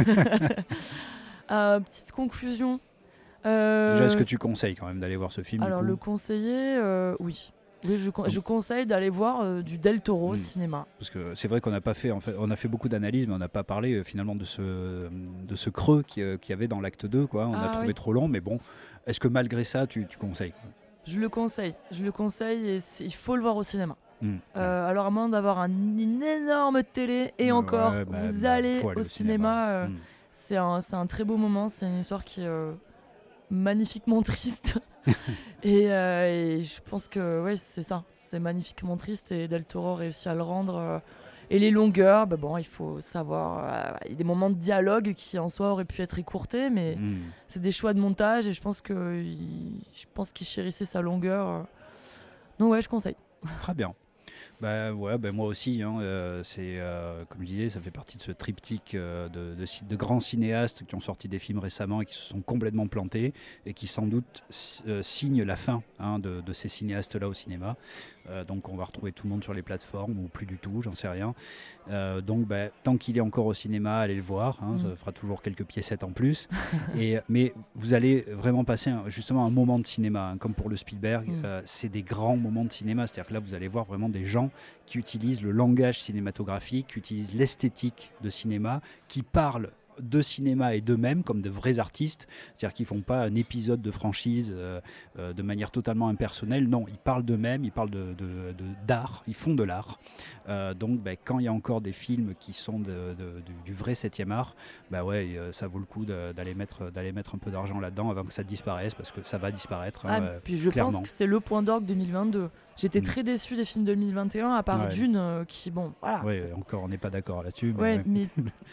Petite conclusion. Déjà, est-ce que tu conseilles quand même d'aller voir ce film? Alors, le conseiller, oui. Oui, je conseille d'aller voir du Del Toro au cinéma. Parce que c'est vrai qu'on n'a pas fait, en fait, on a fait beaucoup d'analyses, mais on n'a pas parlé finalement de ce creux qu'il y avait dans l'acte 2, quoi. On a trouvé trop long, mais bon, est-ce que malgré ça, tu conseilles? Je le conseille et il faut le voir au cinéma. Alors à moins d'avoir une énorme télé, et encore, vous allez au cinéma. C'est un très beau moment, c'est une histoire qui est magnifiquement triste. et je pense que c'est ça, c'est magnifiquement triste et Del Toro réussit à le rendre. Et les longueurs, il faut savoir, il y a des moments de dialogue qui en soi auraient pu être écourtés, mais c'est des choix de montage et je pense qu'il chérissait sa longueur. Donc je conseille. Très bien. Moi aussi. C'est comme je disais, ça fait partie de ce triptyque de grands cinéastes qui ont sorti des films récemment et qui se sont complètement plantés et qui sans doute signent la fin de ces cinéastes-là au cinéma. Donc on va retrouver tout le monde sur les plateformes ou plus du tout, j'en sais rien. Donc tant qu'il est encore au cinéma, allez le voir. Ça fera toujours quelques piécettes en plus. Mais vous allez vraiment passer justement un moment de cinéma, comme pour le Spielberg. C'est des grands moments de cinéma. C'est-à-dire que là, vous allez voir vraiment des gens qui utilisent le langage cinématographique, qui utilisent l'esthétique de cinéma, qui parlent de cinéma et d'eux-mêmes comme de vrais artistes, c'est-à-dire qu'ils ne font pas un épisode de franchise de manière totalement impersonnelle. Non, ils parlent d'eux-mêmes, ils parlent d'art, ils font de l'art. Donc quand il y a encore des films qui sont du vrai 7e art, ça vaut le coup d'aller mettre un peu d'argent là-dedans avant que ça disparaisse, parce que ça va disparaître. Puis je clairement. pense que c'est le point d'orgue 2022. J'étais très déçu des films 2021, à part Dune, qui, voilà. Oui, encore, on n'est pas d'accord là-dessus. Mais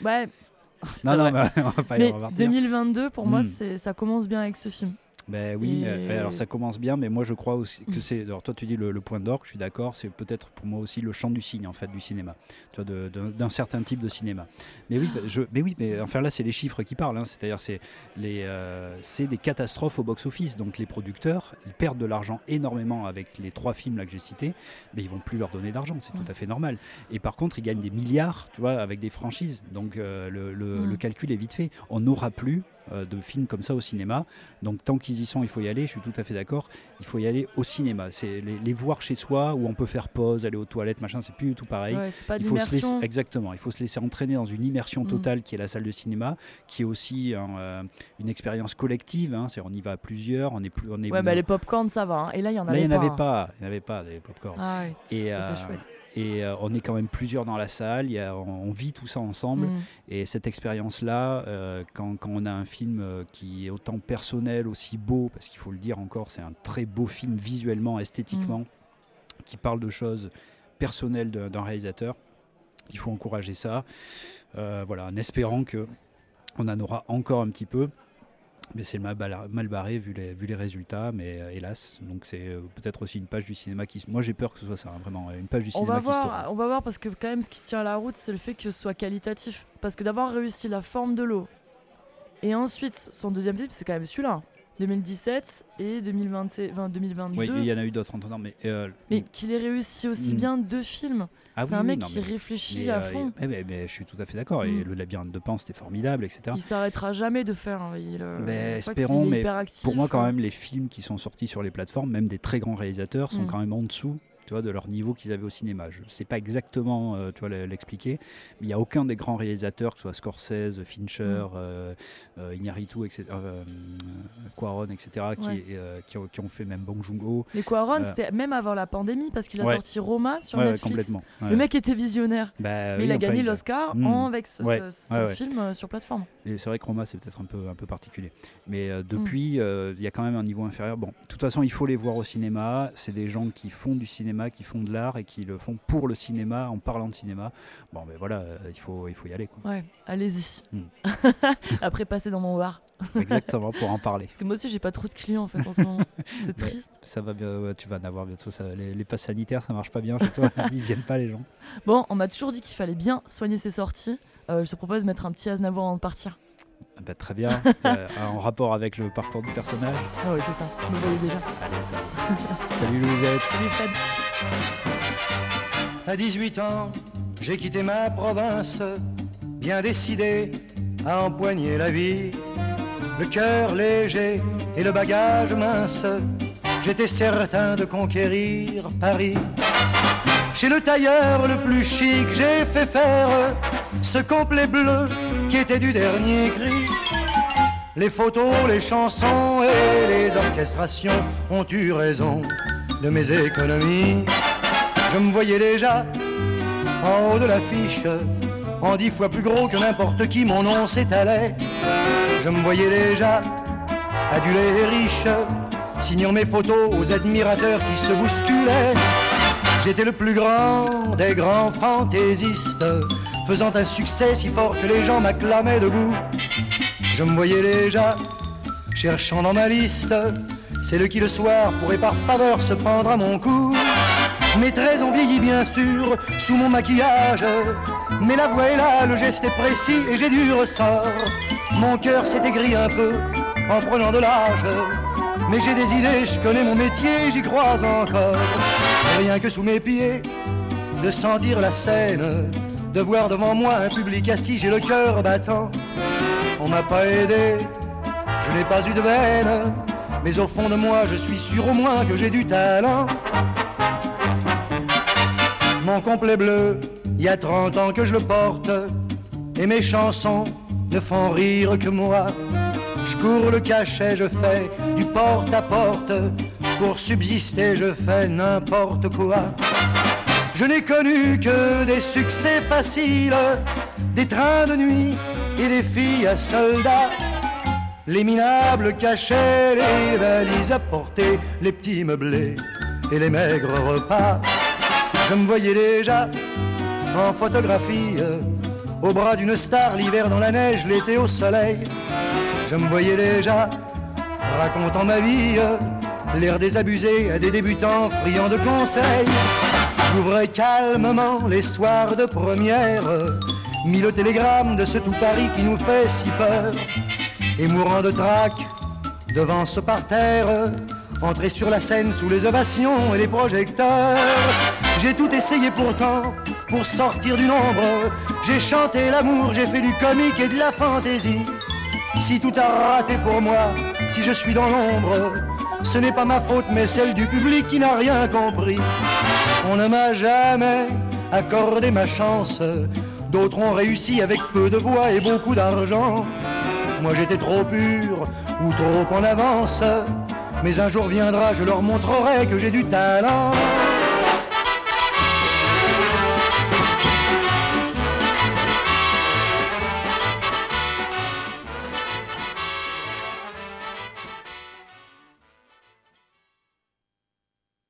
non, on va pas y repartir. 2022, pour moi, ça commence bien avec ce film. Alors ça commence bien, mais moi je crois aussi que c'est. Alors toi tu dis le point d'orgue, je suis d'accord, c'est peut-être pour moi aussi le chant du cygne en fait du cinéma, tu vois, d'un certain type de cinéma. Mais enfin là c'est les chiffres qui parlent, c'est-à-dire c'est des catastrophes au box-office, donc les producteurs ils perdent de l'argent énormément avec les 3 films là que j'ai cités, mais ils vont plus leur donner d'argent, c'est tout à fait normal. Et par contre ils gagnent des milliards, tu vois, avec des franchises, donc le calcul est vite fait. On n'aura plus de films comme ça au cinéma, donc tant qu'ils y sont il faut y aller, je suis tout à fait d'accord, il faut y aller au cinéma, c'est les voir chez soi où on peut faire pause, aller aux toilettes, machin, c'est plus du tout pareil. C'est pas l'immersion. Exactement, il faut se laisser entraîner dans une immersion totale qui est la salle de cinéma, qui est aussi une expérience collective, c'est, on y va à plusieurs, les pop-corn ça va, et là il y en avait pas. Il n'y avait pas des pop-corn. C'est chouette. Et on est quand même plusieurs dans la salle, on vit tout ça ensemble. Et cette expérience-là, quand on a un film qui est autant personnel, aussi beau, parce qu'il faut le dire encore, c'est un très beau film visuellement, esthétiquement, qui parle de choses personnelles d'un réalisateur, il faut encourager ça. En espérant qu'on en aura encore un petit peu. Mais c'est mal barré vu les résultats, mais hélas. Donc c'est peut-être aussi une page du cinéma qui... Moi j'ai peur que ce soit ça, vraiment, une page du cinéma qui se tourne. On va voir, parce que quand même ce qui tient la route, c'est le fait que ce soit qualitatif. Parce que d'avoir réussi La Forme de l'eau, et ensuite son deuxième film, c'est quand même celui-là. 2017 et 2022. Oui, il y en a eu d'autres en temps, mais qu'il ait réussi aussi bien 2 films. C'est un mec qui réfléchit à fond. Mais je suis tout à fait d'accord. Et Le Labyrinthe de Pan, c'était formidable, etc. Il s'arrêtera jamais de faire. Espérons, mais actif, pour moi, quand même, les films qui sont sortis sur les plateformes, même des très grands réalisateurs, sont quand même en dessous, tu vois, de leur niveau qu'ils avaient au cinéma. Je ne sais pas exactement l'expliquer, mais il n'y a aucun des grands réalisateurs, que ce soit Scorsese, Fincher, Iñárritu, etc., Cuarón, etc., qui ont fait même Bong Joon-ho. Mais Cuarón, c'était même avant la pandémie, parce qu'il a sorti Roma sur Netflix. Complètement. Le mec était visionnaire. Mais il a gagné l'Oscar avec ce film sur plateforme. Et c'est vrai que Roma, c'est peut-être un peu particulier. Mais depuis, il y a quand même un niveau inférieur. Bon, de toute façon, il faut les voir au cinéma. C'est des gens qui font du cinéma, qui font de l'art et qui le font pour le cinéma, en parlant de cinéma. Bon, mais voilà, il faut y aller, quoi. Ouais, allez-y. Après, passez dans mon bar. Exactement, pour en parler. Parce que moi aussi, j'ai pas trop de clients en fait en ce moment. C'est triste. Ça va bien, tu vas en avoir bientôt. Les passes sanitaires, ça marche pas bien chez toi. Ils viennent pas, les gens. Bon, on m'a toujours dit qu'il fallait bien soigner ses sorties. Je te propose de mettre un petit Aznavour avant de partir. Très bien, en rapport avec le parcours du personnage. Ah oui, c'est ça, je me voyais déjà. Allez, ça. Salut Louisette. Salut Fred. À 18 ans, j'ai quitté ma province, bien décidé à empoigner la vie. Le cœur léger et le bagage mince, j'étais certain de conquérir Paris. Chez le tailleur le plus chic, j'ai fait faire ce complet bleu qui était du dernier cri. Les photos, les chansons et les orchestrations ont eu raison de mes économies. Je me voyais déjà en haut de l'affiche, en 10 fois plus gros que n'importe qui, mon nom s'étalait. Je me voyais déjà adulé et riche, signant mes photos aux admirateurs qui se bousculaient. J'étais le plus grand des grands fantaisistes, faisant un succès si fort que les gens m'acclamaient debout. Je me voyais déjà cherchant dans ma liste celle qui le soir pourrait par faveur se prendre à mon cou. Mes traits ont vieilli bien sûr sous mon maquillage, mais la voix est là, le geste est précis et j'ai du ressort. Mon cœur s'est aigri un peu en prenant de l'âge, mais j'ai des idées, je connais mon métier, j'y crois encore. Rien que sous mes pieds, de sentir la scène, de voir devant moi un public assis, j'ai le cœur battant. On m'a pas aidé, je n'ai pas eu de veine, mais au fond de moi je suis sûr au moins que j'ai du talent. Mon complet bleu, il y a 30 ans que je le porte, et mes chansons ne font rire que moi. Je cours le cachet, je fais du porte à porte, pour subsister je fais n'importe quoi. Je n'ai connu que des succès faciles, des trains de nuit et des filles à soldats. Les minables cachets, les valises à porter, les petits meublés et les maigres repas. Je me voyais déjà en photographie, au bras d'une star, l'hiver dans la neige, l'été au soleil. Je me voyais déjà racontant ma vie, l'air désabusé à des débutants friands de conseils. J'ouvrais calmement les soirs de première, mis le télégramme de ce tout Paris qui nous fait si peur. Et mourant de trac devant ce parterre, entrer sur la scène sous les ovations et les projecteurs. J'ai tout essayé pourtant pour sortir du nombre. J'ai chanté l'amour, j'ai fait du comique et de la fantaisie. Si tout a raté pour moi, si je suis dans l'ombre, ce n'est pas ma faute mais celle du public qui n'a rien compris. On ne m'a jamais accordé ma chance, d'autres ont réussi avec peu de voix et beaucoup d'argent. Moi j'étais trop pur ou trop en avance, mais un jour viendra, je leur montrerai que j'ai du talent.